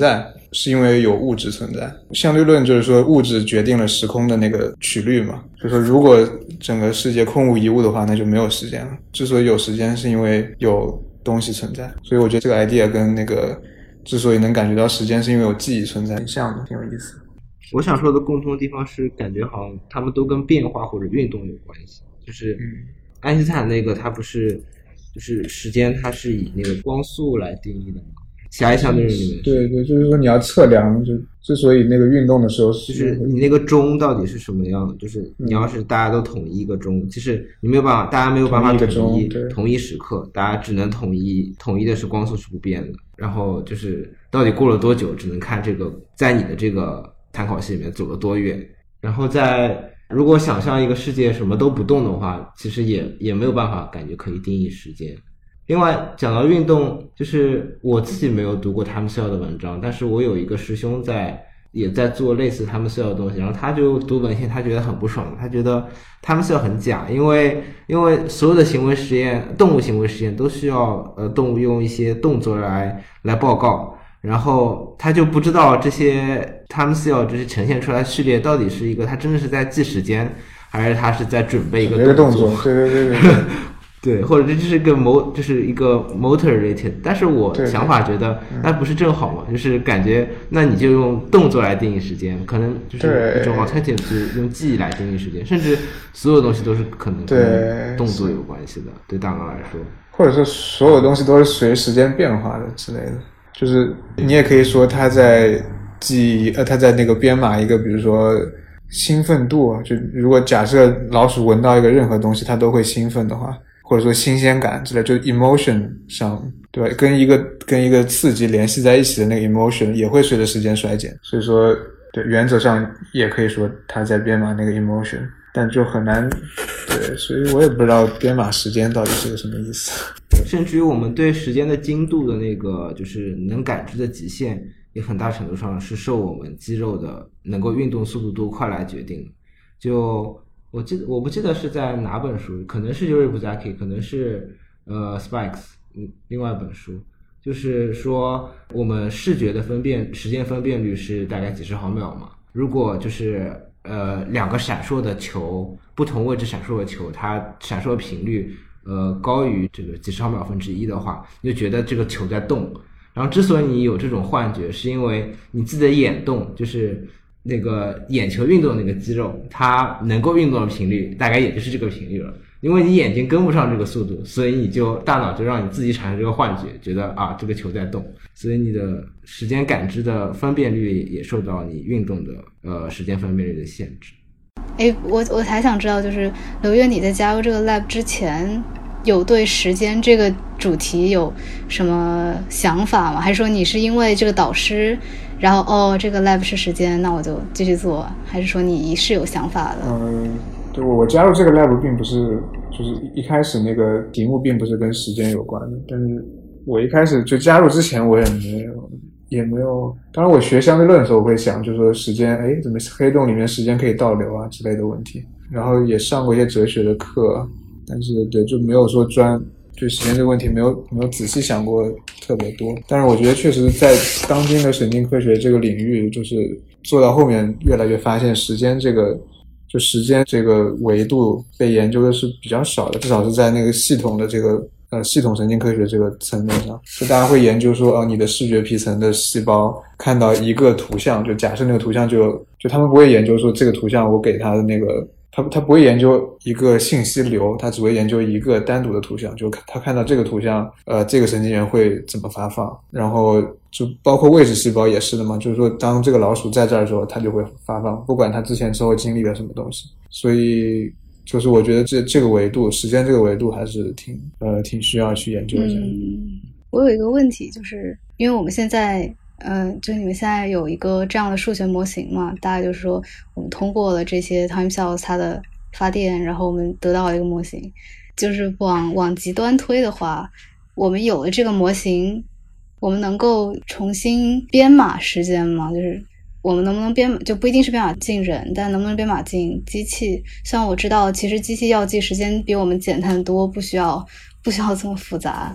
是因为有物质存在。相对论就是说物质决定了时空的那个曲率嘛，就是说如果整个世界空无一物的话，那就没有时间了。之所以有时间是因为有东西存在，所以我觉得这个 idea 跟那个之所以能感觉到时间是因为有记忆存在挺像的，挺有意思。 我想说的共通的地方是感觉好像他们都跟变化或者运动有关系，就是爱因斯坦那个他不是就是时间它是以那个光速来定义的吗？狭义相对论里面对对，就是说你要测量，就之所以那个运动的时候就是你那个钟到底是什么样的，就是你要是大家都统一一个钟，其实你没有办法，大家没有办法统一时刻，大家只能统一的是光速是不变的，然后就是到底过了多久只能看这个在你的这个参考系里面走了多远，然后如果想象一个世界什么都不动的话，其实也没有办法感觉可以定义时间。另外讲到运动，就是我自己没有读过他们校的文章，但是我有一个师兄也在做类似他们校的东西，然后他就读文献，他觉得很不爽，他觉得他们校很假，因为所有的行为实验，动物行为实验都需要动物用一些动作来报告，然后他就不知道这些他们校这些呈现出来的序列到底是一个他真的是在记时间，还是他是在准备一个动作， 对对，或者这就是一个 motor related， 但是我想法觉得那不是正好嘛，就是感觉那你就用动作来定义时间，可能就是一种 alternative 是用记忆来定义时间，甚至所有东西都是可能跟动作有关系的，对大脑来说， 或者说所有东西都是随时间变化的之类的，就是你也可以说他在他在那个编码一个，比如说兴奋度，就如果假设老鼠闻到一个任何东西它都会兴奋的话，或者说新鲜感之类，就 emotion 上，对吧？跟一个刺激联系在一起的那个 emotion 也会随着时间衰减，所以说对，原则上也可以说他在编码那个 emotion， 但就很难，对，所以我也不知道编码时间到底是个什么意思。 甚至于我们对时间的精度的那个就是能感知的极限，也很大程度上是受我们肌肉的能够运动速度多快来决定。就我不记得是在哪本书，可能是Yuri Buzaki，可能是Spikes 另外一本书，就是说我们视觉的时间分辨率是大概几十毫秒嘛。如果就是两个闪烁的球，不同位置闪烁的球，它闪烁的频率高于这个几十毫秒分之一的话，你就觉得这个球在动。然后之所以你有这种幻觉，是因为你自己的眼动，就是那个眼球运动的那个肌肉，它能够运动的频率大概也就是这个频率了。因为你眼睛跟不上这个速度，所以大脑就让你自己产生这个幻觉，觉得啊这个球在动，所以你的时间感知的分辨率也受到你运动的时间分辨率的限制。 我还想知道，就是刘月你在加入这个 lab 之前有对时间这个主题有什么想法吗？还是说你是因为这个导师然后这个 lab 是时间，那我就继续做，还是说你是有想法的？ 对，我加入这个 lab 并不是就是一开始那个题目并不是跟时间有关的，但是我一开始就加入之前我也没有，当然我学相对论的时候我会想就是说时间怎么黑洞里面时间可以倒流啊之类的问题，然后也上过一些哲学的课，但是对就没有说对时间这个问题没有仔细想过特别多。但是我觉得确实在当今的神经科学这个领域，就是做到后面越来越发现时间这个维度被研究的是比较少的，至少是在那个系统的这个系统神经科学这个层面上，就大家会研究说你的视觉皮层的细胞看到一个图像，就假设那个图像就他们不会研究说这个图像我给它的那个他不会研究一个信息流，他只会研究一个单独的图像，就他看到这个图像这个神经元会怎么发放，然后就包括位置细胞也是的嘛，就是说当这个老鼠在这儿的时候它就会发放，不管它之前之后经历了什么东西。所以就是我觉得这个维度，时间这个维度还是挺需要去研究一下。 我有一个问题，就是因为我们现在就你们现在有一个这样的数学模型嘛，大概就是说我们通过了这些 time cells 它的发电，然后我们得到了一个模型。就是往极端推的话，我们有了这个模型，我们能够重新编码时间吗？就是我们能不能编码，就不一定是编码进人，但能不能编码进机器？像我知道其实机器要记时间比我们简单多，不需要这么复杂。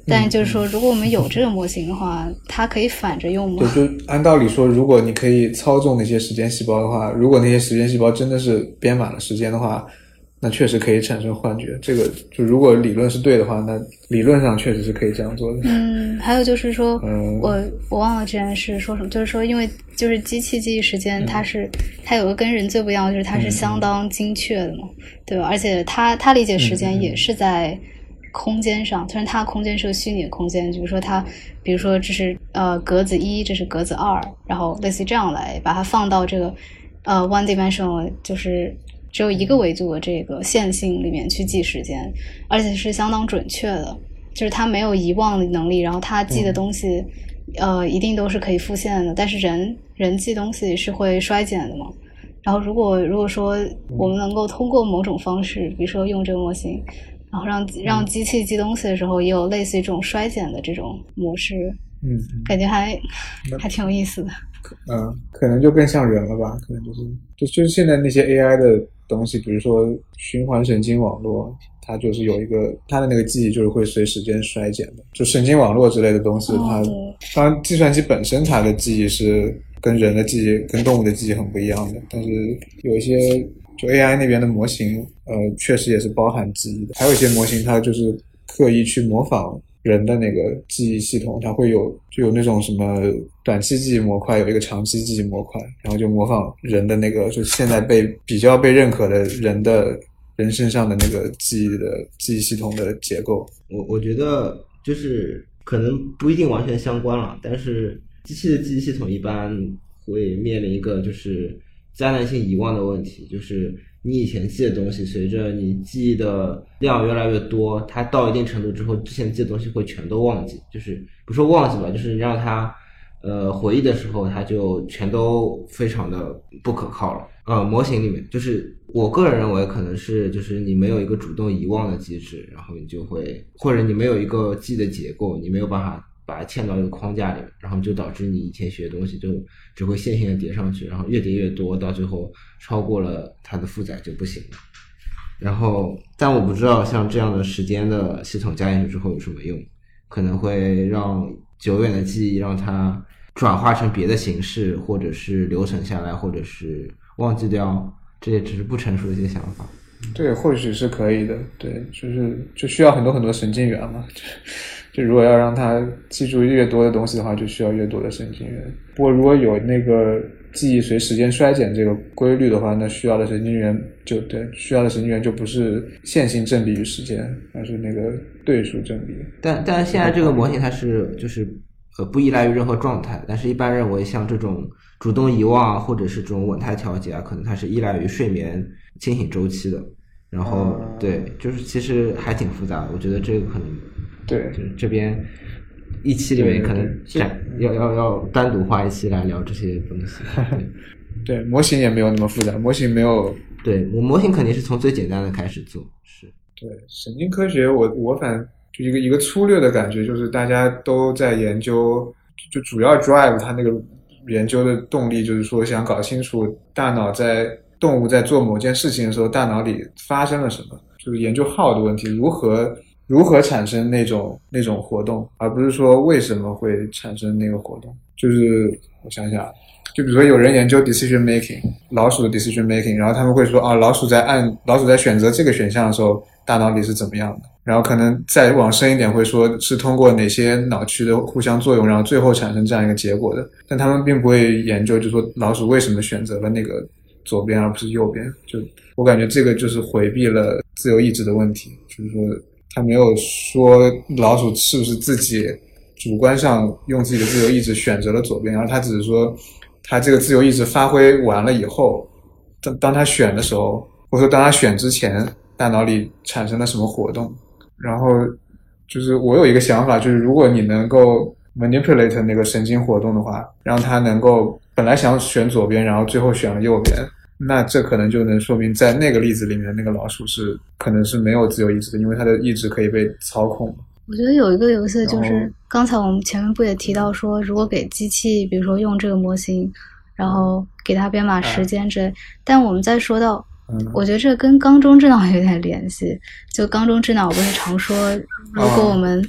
但就是说如果我们有这个模型的话，它可以反着用吗？ 对，就按道理说，如果你可以操纵那些时间细胞的话，如果那些时间细胞真的是编满了时间的话，那确实可以产生幻觉。这个就如果理论是对的话，那理论上确实是可以这样做的。 还有就是说，我忘了之前是说什么，就是说，因为就是机器记忆时间，它有个跟人最不一样的，就是它是相当精确的嘛，对吧？而且它理解时间也是在空间上，虽然它的空间是个虚拟的空间，比如说这是格子1，这是格子2，然后类似于这样来把它放到这个one dimensional， 就是只有一个维度的这个线性里面去记时间，而且是相当准确的，就是它没有遗忘的能力，然后它记的东西一定都是可以复现的，但是人记东西是会衰减的嘛。然后如果说我们能够通过某种方式，比如说用这个模型，然后让机器记东西的时候也有类似于这种衰减的这种模式，感觉还挺有意思的。 可能就更像人了吧，可能就是现在那些 AI 的东西，比如说循环神经网络，它就是有一个它的那个记忆就是会随时间衰减的，就神经网络之类的东西，它当然计算机本身它的记忆是跟人的记忆跟动物的记忆很不一样的，但是有一些就 AI 那边的模型确实也是包含记忆的，还有一些模型它就是刻意去模仿人的那个记忆系统，它会有那种什么短期记忆模块，有一个长期记忆模块，然后就模仿人的那个就是现在比较被认可的人身上的那个记忆系统的结构。 我觉得就是可能不一定完全相关了，但是机器的记忆系统一般会面临一个就是灾难性遗忘的问题，就是你以前记的东西随着你记忆的量越来越多，它到一定程度之后之前记的东西会全都忘记，就是不说忘记吧，就是你让它回忆的时候它就全都非常的不可靠了。模型里面就是我个人认为可能是就是你没有一个主动遗忘的机制，然后你就会或者你没有一个记忆的结构，你没有办法把它嵌到一个框架里面，然后就导致你以前学的东西就只会线性的叠上去，然后越叠越多，到最后超过了它的负载就不行了。然后但我不知道像这样的时间的系统加进去之后有什么用，可能会让久远的记忆让它转化成别的形式，或者是留存下来，或者是忘记掉，这也只是不成熟的一些想法。 对，或许是可以的，对，就需要很多很多神经元嘛。就如果要让它记住越多的东西的话，就需要越多的神经元。不过如果有那个记忆随时间衰减这个规律的话，那需要的神经元就不是线性正比于时间，而是那个对数正比。 但现在这个模型它是就是不依赖于任何状态，但是一般认为像这种主动遗忘或者是这种稳态调节可能它是依赖于睡眠清醒周期的。然后对，就是其实还挺复杂的，我觉得这个可能对这边一期里面可能要单独花一期来聊这些东西。 对，模型也没有那么复杂，模型没有对模型肯定是从最简单的开始做。是对神经科学我反正就一个粗略的感觉，就是大家都在研究，就主要 drive 它那个研究的动力就是说想搞清楚动物在做某件事情的时候大脑里发生了什么，就是研究 how 的问题，如何产生那种活动，而不是说为什么会产生那个活动。就是我想想，就比如说有人研究 decision making 老鼠的 decision making， 然后他们会说老鼠在选择这个选项的时候大脑里是怎么样的，然后可能再往深一点会说是通过哪些脑区的互相作用，然后最后产生这样一个结果的。但他们并不会研究就是说老鼠为什么选择了那个左边而不是右边。就我感觉这个就是回避了自由意志的问题，就是说他没有说老鼠是不是自己主观上用自己的自由意志选择了左边，而他只是说他这个自由意志发挥完了以后，当他选的时候，或者说当他选之前大脑里产生了什么活动。然后就是我有一个想法，就是如果你能够 manipulate 那个神经活动的话，让他能够本来想选左边然后最后选了右边，那这可能就能说明在那个例子里面那个老鼠可能是没有自由意志的，因为它的意志可以被操控。 我觉得有一个游戏就是刚才我们前面不也提到说，如果给机器比如说用这个模型然后给它编码时间之类，但我们再说到我觉得这跟缸中之脑有点联系。就缸中之脑不是常说如果我们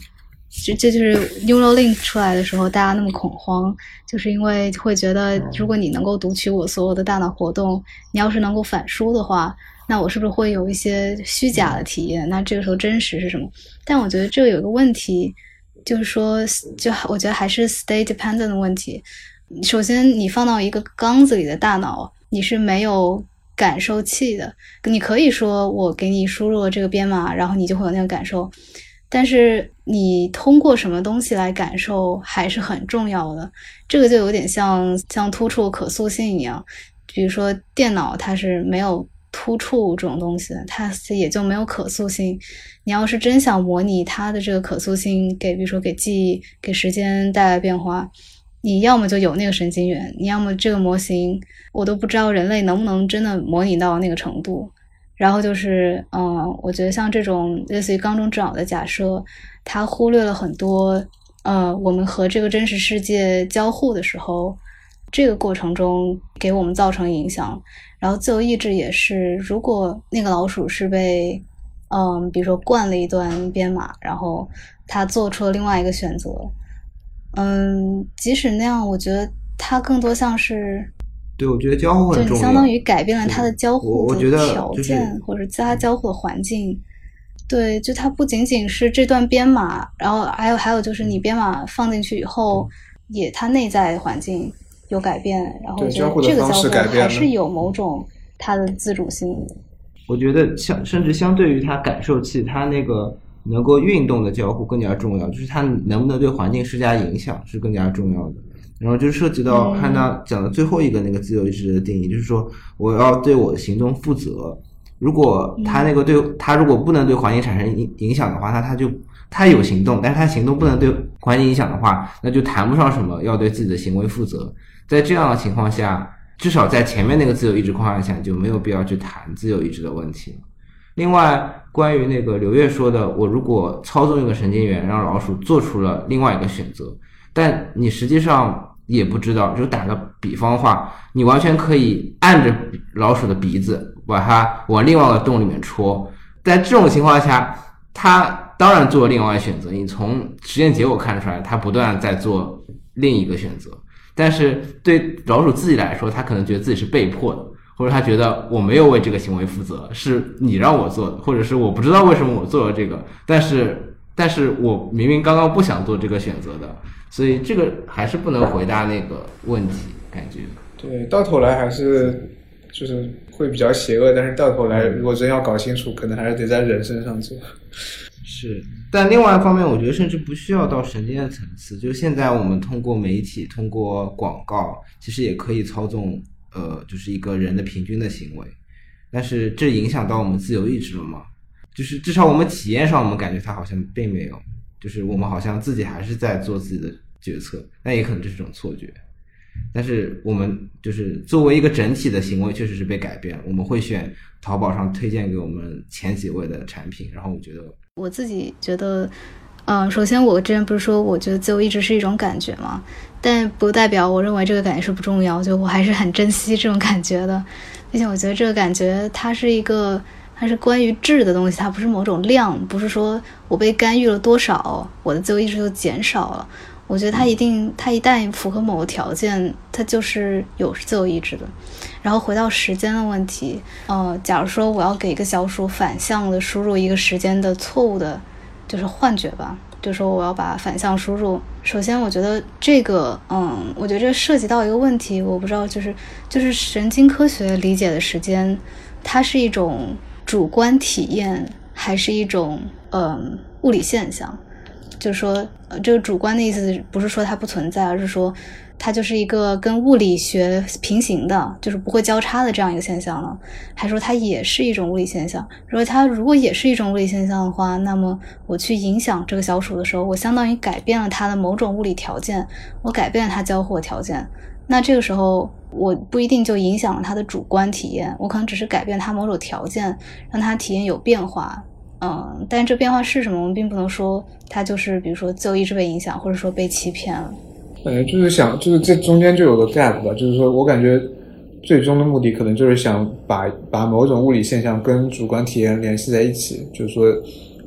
这就是 Neuralink 出来的时候大家那么恐慌，就是因为会觉得如果你能够读取我所有的大脑活动，你要是能够反输的话，那我是不是会有一些虚假的体验，那这个时候真实是什么？但我觉得这个有个问题，就是说我觉得还是 state dependent 的问题。首先你放到一个缸子里的大脑，你是没有感受器的，你可以说我给你输入了这个编码，然后你就会有那个感受，但是你通过什么东西来感受还是很重要的。这个就有点像突触可塑性一样，比如说电脑它是没有突触这种东西的，它也就没有可塑性。你要是真想模拟它的这个可塑性，比如说给记忆给时间带来变化，你要么就有那个神经元，你要么这个模型我都不知道人类能不能真的模拟到那个程度。然后就是我觉得像这种类似于缸中之脑的假设，它忽略了很多我们和这个真实世界交互的时候这个过程中给我们造成影响。然后自由意志也是，如果那个老鼠是被比如说灌了一段编码，然后它做出了另外一个选择，即使那样我觉得它更多像是， 对，我觉得交互很重要， 就你相当于改变了它的交互的条件，或者它交互的环境。对，就它不仅仅是这段编码，然后还有就是你编码放进去以后，也它内在环境有改变，然后我觉得这个交互还是有某种它的自主性。 我觉得甚至相对于它感受器，它那个能够运动的交互更加重要，就是它能不能对环境施加影响是更加重要的。然后就涉及到汉娜讲的最后一个那个自由意志的定义，就是说我要对我的行动负责。如果他如果不能对环境产生影响的话，那他有行动，但是他行动不能对环境影响的话，那就谈不上什么要对自己的行为负责。在这样的情况下，至少在前面那个自由意志框架下，就没有必要去谈自由意志的问题。另外，关于那个刘烨说的，我如果操纵一个神经元让老鼠做出了另外一个选择，但你实际上也不知道，就打个比方的话，你完全可以按着老鼠的鼻子把它往另外一个洞里面戳，在这种情况下它当然做了另外一个选择，你从实验结果看出来它不断在做另一个选择，但是对老鼠自己来说，它可能觉得自己是被迫的，或者他觉得我没有为这个行为负责，是你让我做的，或者是我不知道为什么我做了这个，但是我明明刚刚不想做这个选择的，所以这个还是不能回答那个问题，感觉。 对，到头来还是就是会比较邪恶，但是到头来如果真要搞清楚，可能还是得在人身上做。 是，但另外一方面，我觉得甚至不需要到神经的层次，就现在我们通过媒体、通过广告，其实也可以操纵就是一个人的平均的行为，但是这影响到我们自由意志了吗？就是至少我们体验上，我们感觉它好像并没有，就是我们好像自己还是在做自己的决策，但也可能这是种错觉。但是我们就是作为一个整体的行为，确实是被改变了。我们会选淘宝上推荐给我们前几位的产品，然后我自己觉得，首先我之前不是说我觉得自由意志是一种感觉嘛，但不代表我认为这个感觉是不重要，就我还是很珍惜这种感觉的，并且我觉得这个感觉它是关于质的东西，它不是某种量，不是说我被干预了多少，我的自由意志就减少了。我觉得它一旦符合某个条件，它就是有自由意志的。然后回到时间的问题，假如说我要给一个小鼠反向的输入一个时间的错误的，就是幻觉吧，就说我要把反向输入。首先，我觉得这个，我觉得这涉及到一个问题，我不知道，就是神经科学理解的时间，它是一种主观体验，还是一种物理现象？就是说这个主观的意思不是说它不存在，而是说它就是一个跟物理学平行的，就是不会交叉的这样一个现象呢？还是说它也是一种物理现象？如果也是一种物理现象的话，那么我去影响这个小鼠的时候，我相当于改变了它的某种物理条件，我改变了它交互的条件。那这个时候我不一定就影响了它的主观体验，我可能只是改变它某种条件，让它体验有变化。但是这变化是什么，我们并不能说它就是比如说自由意志被影响，或者说被欺骗了。 就是这中间就有个 gap 吧，就是说我感觉最终的目的可能就是想把某种物理现象跟主观体验联系在一起，就是说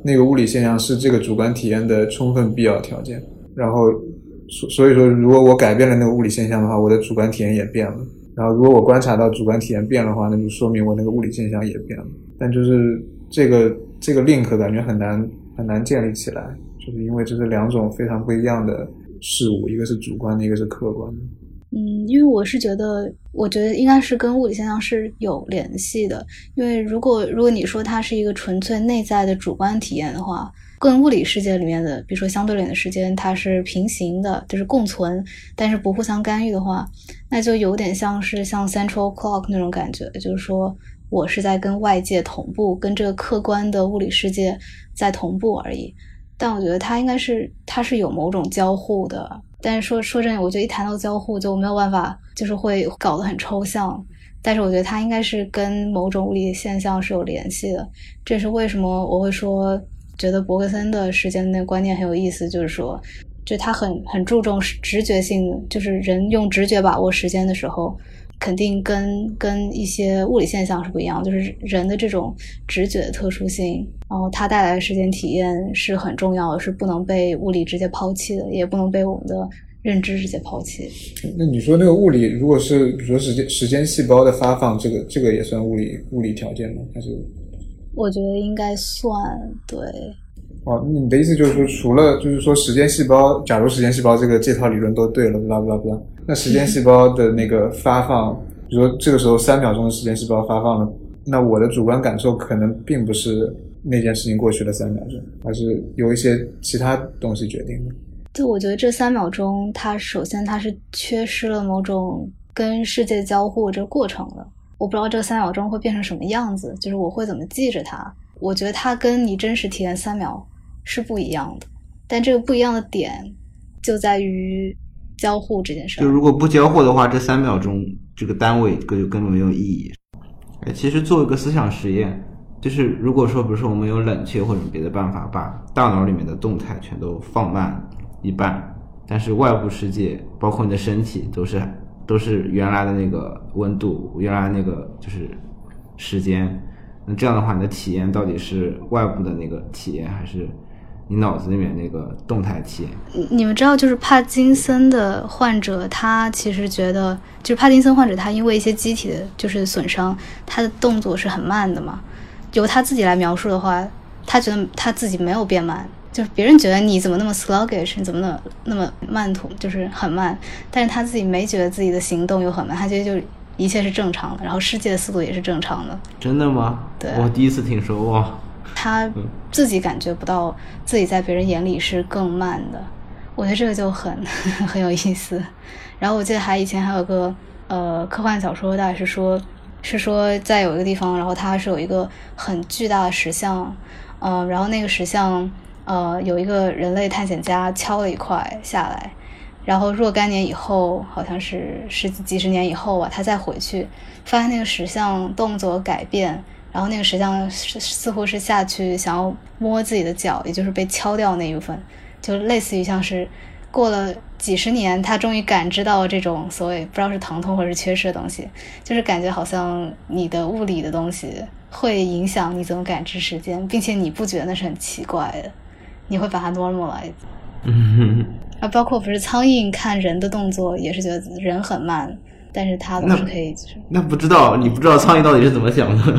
那个物理现象是这个主观体验的充分必要条件。然后所以说如果我改变了那个物理现象的话，我的主观体验也变了。然后如果我观察到主观体验变了的话，那就说明我那个物理现象也变了。但就是这个 link 感觉很难建立起来，就是因为这是两种非常不一样的事物，一个是主观的，一个是客观的。 因为我觉得应该是跟物理现象是有联系的。因为如果你说它是一个纯粹内在的主观体验的话，跟物理世界里面的比如说相对论的时间它是平行的，就是共存但是不互相干预的话，那就有点像 central clock 那种感觉，就是说我是在跟外界同步，跟这个客观的物理世界在同步而已。但我觉得它是有某种交互的。但是说真的，我觉得一谈到交互就没有办法，就是会搞得很抽象。但是我觉得它应该是跟某种物理现象是有联系的。这是为什么我会说觉得伯格森的时间那个观念很有意思，就是说就他很注重直觉性，就是人用直觉把握时间的时候，肯定跟一些物理现象是不一样，就是人的这种直觉的特殊性，然后它带来的时间体验是很重要的，是不能被物理直接抛弃的，也不能被我们的认知直接抛弃。 那你说那个物理，如果是比如说时间细胞的发放，这个也算物理条件吗？还是？ 我觉得应该算，对。 你的意思就是说，除了就是说时间细胞，假如时间细胞这套理论都对了，blah blah blah，那时间细胞的那个发放，比如说这个时候3秒钟的时间细胞发放了，那我的主观感受可能并不是那件事情过去了3秒钟，而是有一些其他东西决定的。 就我觉得这3秒钟，它首先它是缺失了某种跟世界交互这个过程的。我不知道这个3秒钟会变成什么样子，就是我会怎么记着它。我觉得它跟你真实体验3秒是不一样的，但这个不一样的点就在于交互这件事。 就如果不交互的话，这3秒钟这个单位就根本没有意义。其实做一个思想实验，就是如果说比如说我们有冷却或者别的办法把大脑里面的动态全都放慢一半，但是外部世界包括你的身体都是原来的那个温度，原来那个就是时间，那这样的话你的体验到底是外部的那个体验还是你脑子里面那个动态体验？ 你们知道就是帕金森的患者，他其实觉得就是帕金森患者他因为一些机体的就是损伤，他的动作是很慢的嘛。由他自己来描述的话，他觉得他自己没有变慢，就是别人觉得你怎么那么 sluggish， 你怎么那么慢土，就是很慢，但是他自己没觉得自己的行动又很慢，他觉得就一切是正常的，然后世界的速度也是正常的。 真的吗？ 对， 我第一次听说。哇， 他自己感觉不到自己在别人眼里是更慢的，我觉得这个就很有意思。然后我记得以前还有个科幻小说，大概是说在有一个地方，然后它是有一个很巨大的石像，然后那个石像有一个人类探险家敲了一块下来，然后若干年以后，好像是几十年以后吧，他再回去发现那个石像动作改变，然后那个石像似乎是下去想要摸自己的脚，也就是被敲掉那一部分，就类似于像是过了几十年他终于感知到这种所谓不知道是疼痛或者是缺失的东西，就是感觉好像你的物理的东西会影响你怎么感知时间，并且你不觉得那是很奇怪的，你会把它 normalize。包括不是苍蝇看人的动作也是觉得人很慢，但是它都是可以那不知道，你不知道苍蝇到底是怎么想的。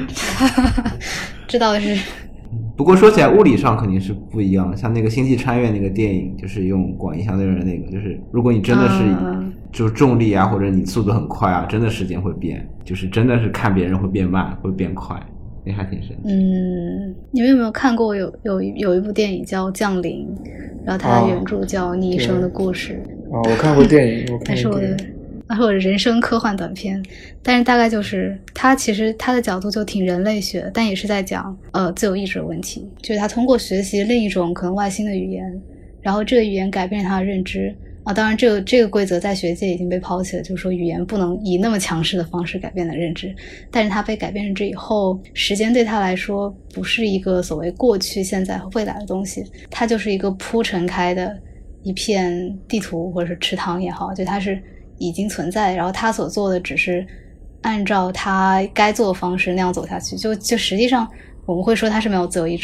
知道的是， 不过说起来物理上肯定是不一样的，像那个星际穿越那个电影，就是用广义相对论的那个，就是如果你真的是就重力啊，或者你速度很快啊，真的时间会变，就是真的是看别人会变慢会变快，那还挺神奇。 你们有没有看过有一部电影叫《降临》，然后它的原著叫《你一生的故事》。 我看过电影， 但是我的人生科幻短片，但是大概就是它其实它的角度就挺人类学，但也是在讲自由意志的问题，就是他通过学习另一种可能外星的语言，然后这个语言改变了他的认知当然这个规则在学界已经被抛弃了，就是说语言不能以那么强势的方式改变的认知，但是他被改变认知以后，时间对他来说不是一个所谓过去现在和未来的东西，它就是一个铺陈开的一片地图或者是池塘也好，就它是已经存在，然后他所做的只是按照他该做的方式那样走下去，就实际上我们会说他是没有自由意志，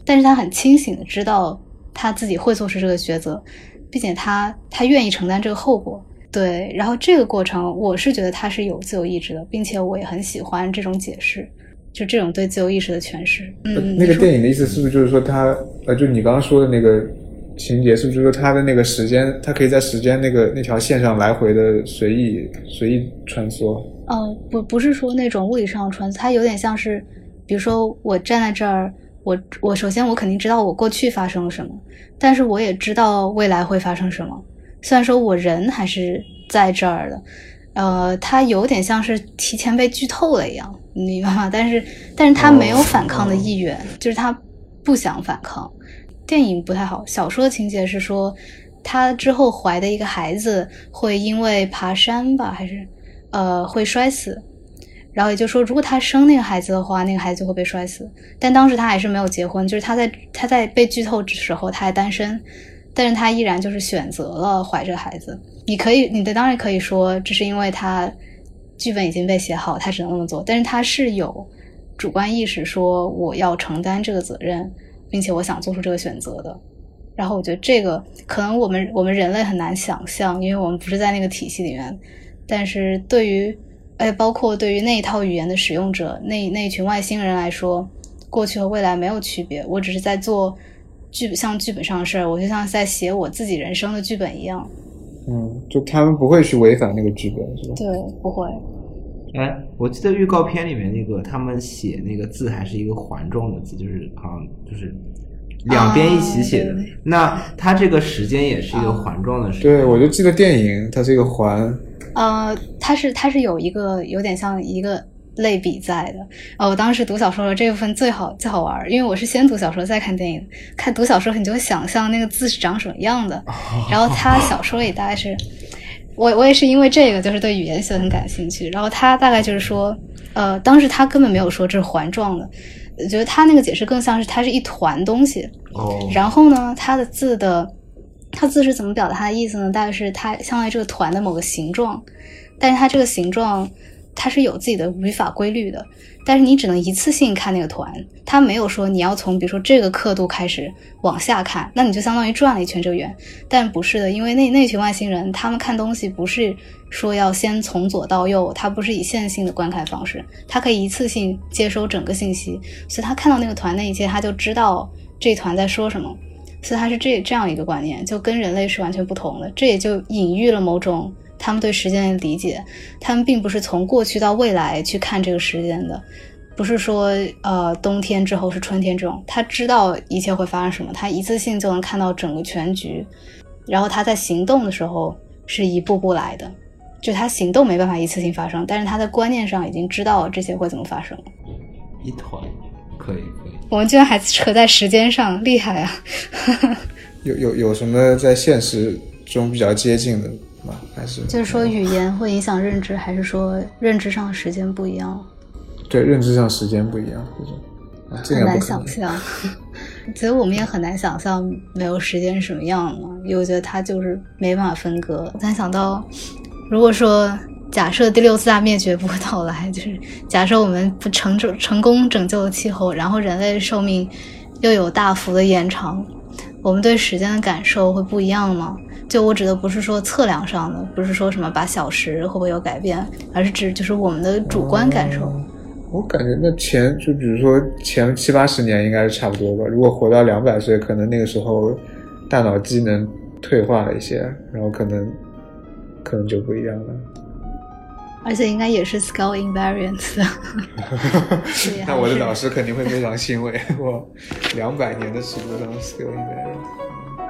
但是他很清醒的知道他自己会做出这个抉择，并且他愿意承担这个后果。对，然后这个过程我是觉得他是有自由意志的，并且我也很喜欢这种解释，就这种对自由意识的诠释。 那个电影的意思是不是就是说他就你刚刚说的那个情节，是不是说他的那个时间，他可以在时间那条线上来回的随意穿梭？ 不是说那种物理上的穿梭，它有点像是，比如说我站在这儿，我首先我肯定知道我过去发生了什么，但是我也知道未来会发生什么。虽然说我人还是在这儿的，它有点像是提前被剧透了一样，你明白吗？但是他没有反抗的意愿，就是他不想反抗。电影不太好，小说的情节是说他之后怀的一个孩子会因为爬山吧，还是会摔死，然后也就是说如果他生那个孩子的话，那个孩子就会被摔死。但当时他还是没有结婚，就是他在被剧透的时候他还单身，但是他依然就是选择了怀这个孩子。你当然可以说这是因为他剧本已经被写好，他只能那么做，但是他是有主观意识说我要承担这个责任，并且我想做出这个选择的。然后我觉得这个可能我们人类很难想象，因为我们不是在那个体系里面，但是包括对于那一套语言的使用者，那一群外星人来说，过去和未来没有区别，我只是在做像剧本上的事儿，我就像在写我自己人生的剧本一样。 就他们不会去违反那个剧本，是吧？ 对，不会。 我记得预告片里面那个他们写那个字还是一个环状的字，就是好像就是两边一起写的。那它这个时间也是一个环状的时间。 对，我就记得电影它是一个环。 它是有一个有点像一个类比在的。我当时读小说的这部分最好玩，因为我是先读小说再看电影。读小说你就会想象那个字是长什么样的，然后它小说里大概是我也是因为这个就是对语言学很感兴趣，然后他大概就是说当时他根本没有说这是环状的，我觉得他那个解释更像是它是一团东西。然后呢它字是怎么表达它的意思呢？大概是它相当于这个团的某个形状，但是它这个形状它是有自己的语法规律的，但是你只能一次性看那个团，它没有说你要从比如说这个刻度开始往下看，那你就相当于转了一圈这个圆。但不是的，因为那群外星人他们看东西不是说要先从左到右，它不是以线性的观看方式，它可以一次性接收整个信息，所以他看到那个团那一切他就知道这一团在说什么，所以它是这样一个观念，就跟人类是完全不同的。这也就隐喻了某种他们对时间的理解，他们并不是从过去到未来去看这个时间的，不是说冬天之后是春天这种，他知道一切会发生什么，他一次性就能看到整个全局，然后他在行动的时候是一步步来的，就他行动没办法一次性发生，但是他在观念上已经知道这些会怎么发生。 一团可以， 我们居然还扯在时间上，厉害啊！ 有什么在现实中比较接近的吗？还是就是说语言会影响认知，还是说认知上的时间不一样？ 对，认知上时间不一样， 很难想象。觉得我们也很难想象没有时间是什么样的，因为我觉得它就是没办法分割。但想到如果说假设第6次大灭绝不会到来，就是假设我们不成功拯救了气候，然后人类的寿命又有大幅的延长，我们对时间的感受会不一样吗？就我指的不是说测量上的，不是说什么把小时会不会有改变，而是指就是我们的主观感受。 我感觉那就比如说前70-80年应该是差不多吧，如果活到200岁，可能那个时候大脑机能退化了一些，然后可能就不一样了。 而且应该也是 scale invariant 的。 那我的老师肯定会非常欣慰，我200年的尺度上 scale invariant。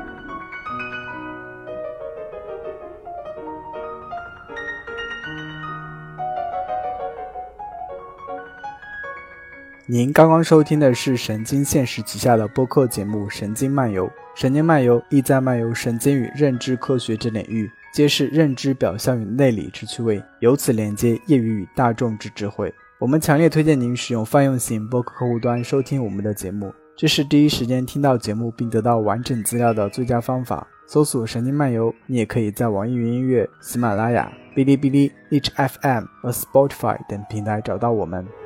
您刚刚收听的是神经现实旗下的播客节目《神经漫游》。神经漫游意在漫游神经与认知科学之领域，揭示认知表象与内里之趣味，由此连接业余与大众之智慧。我们强烈推荐您使用泛用型播客客户端收听我们的节目，这是第一时间听到节目并得到完整资料的最佳方法。搜索神经漫游，你也可以在网易云音乐、喜马拉雅、哔哩哔哩、荔枝 FM 和 Spotify 等平台找到我们。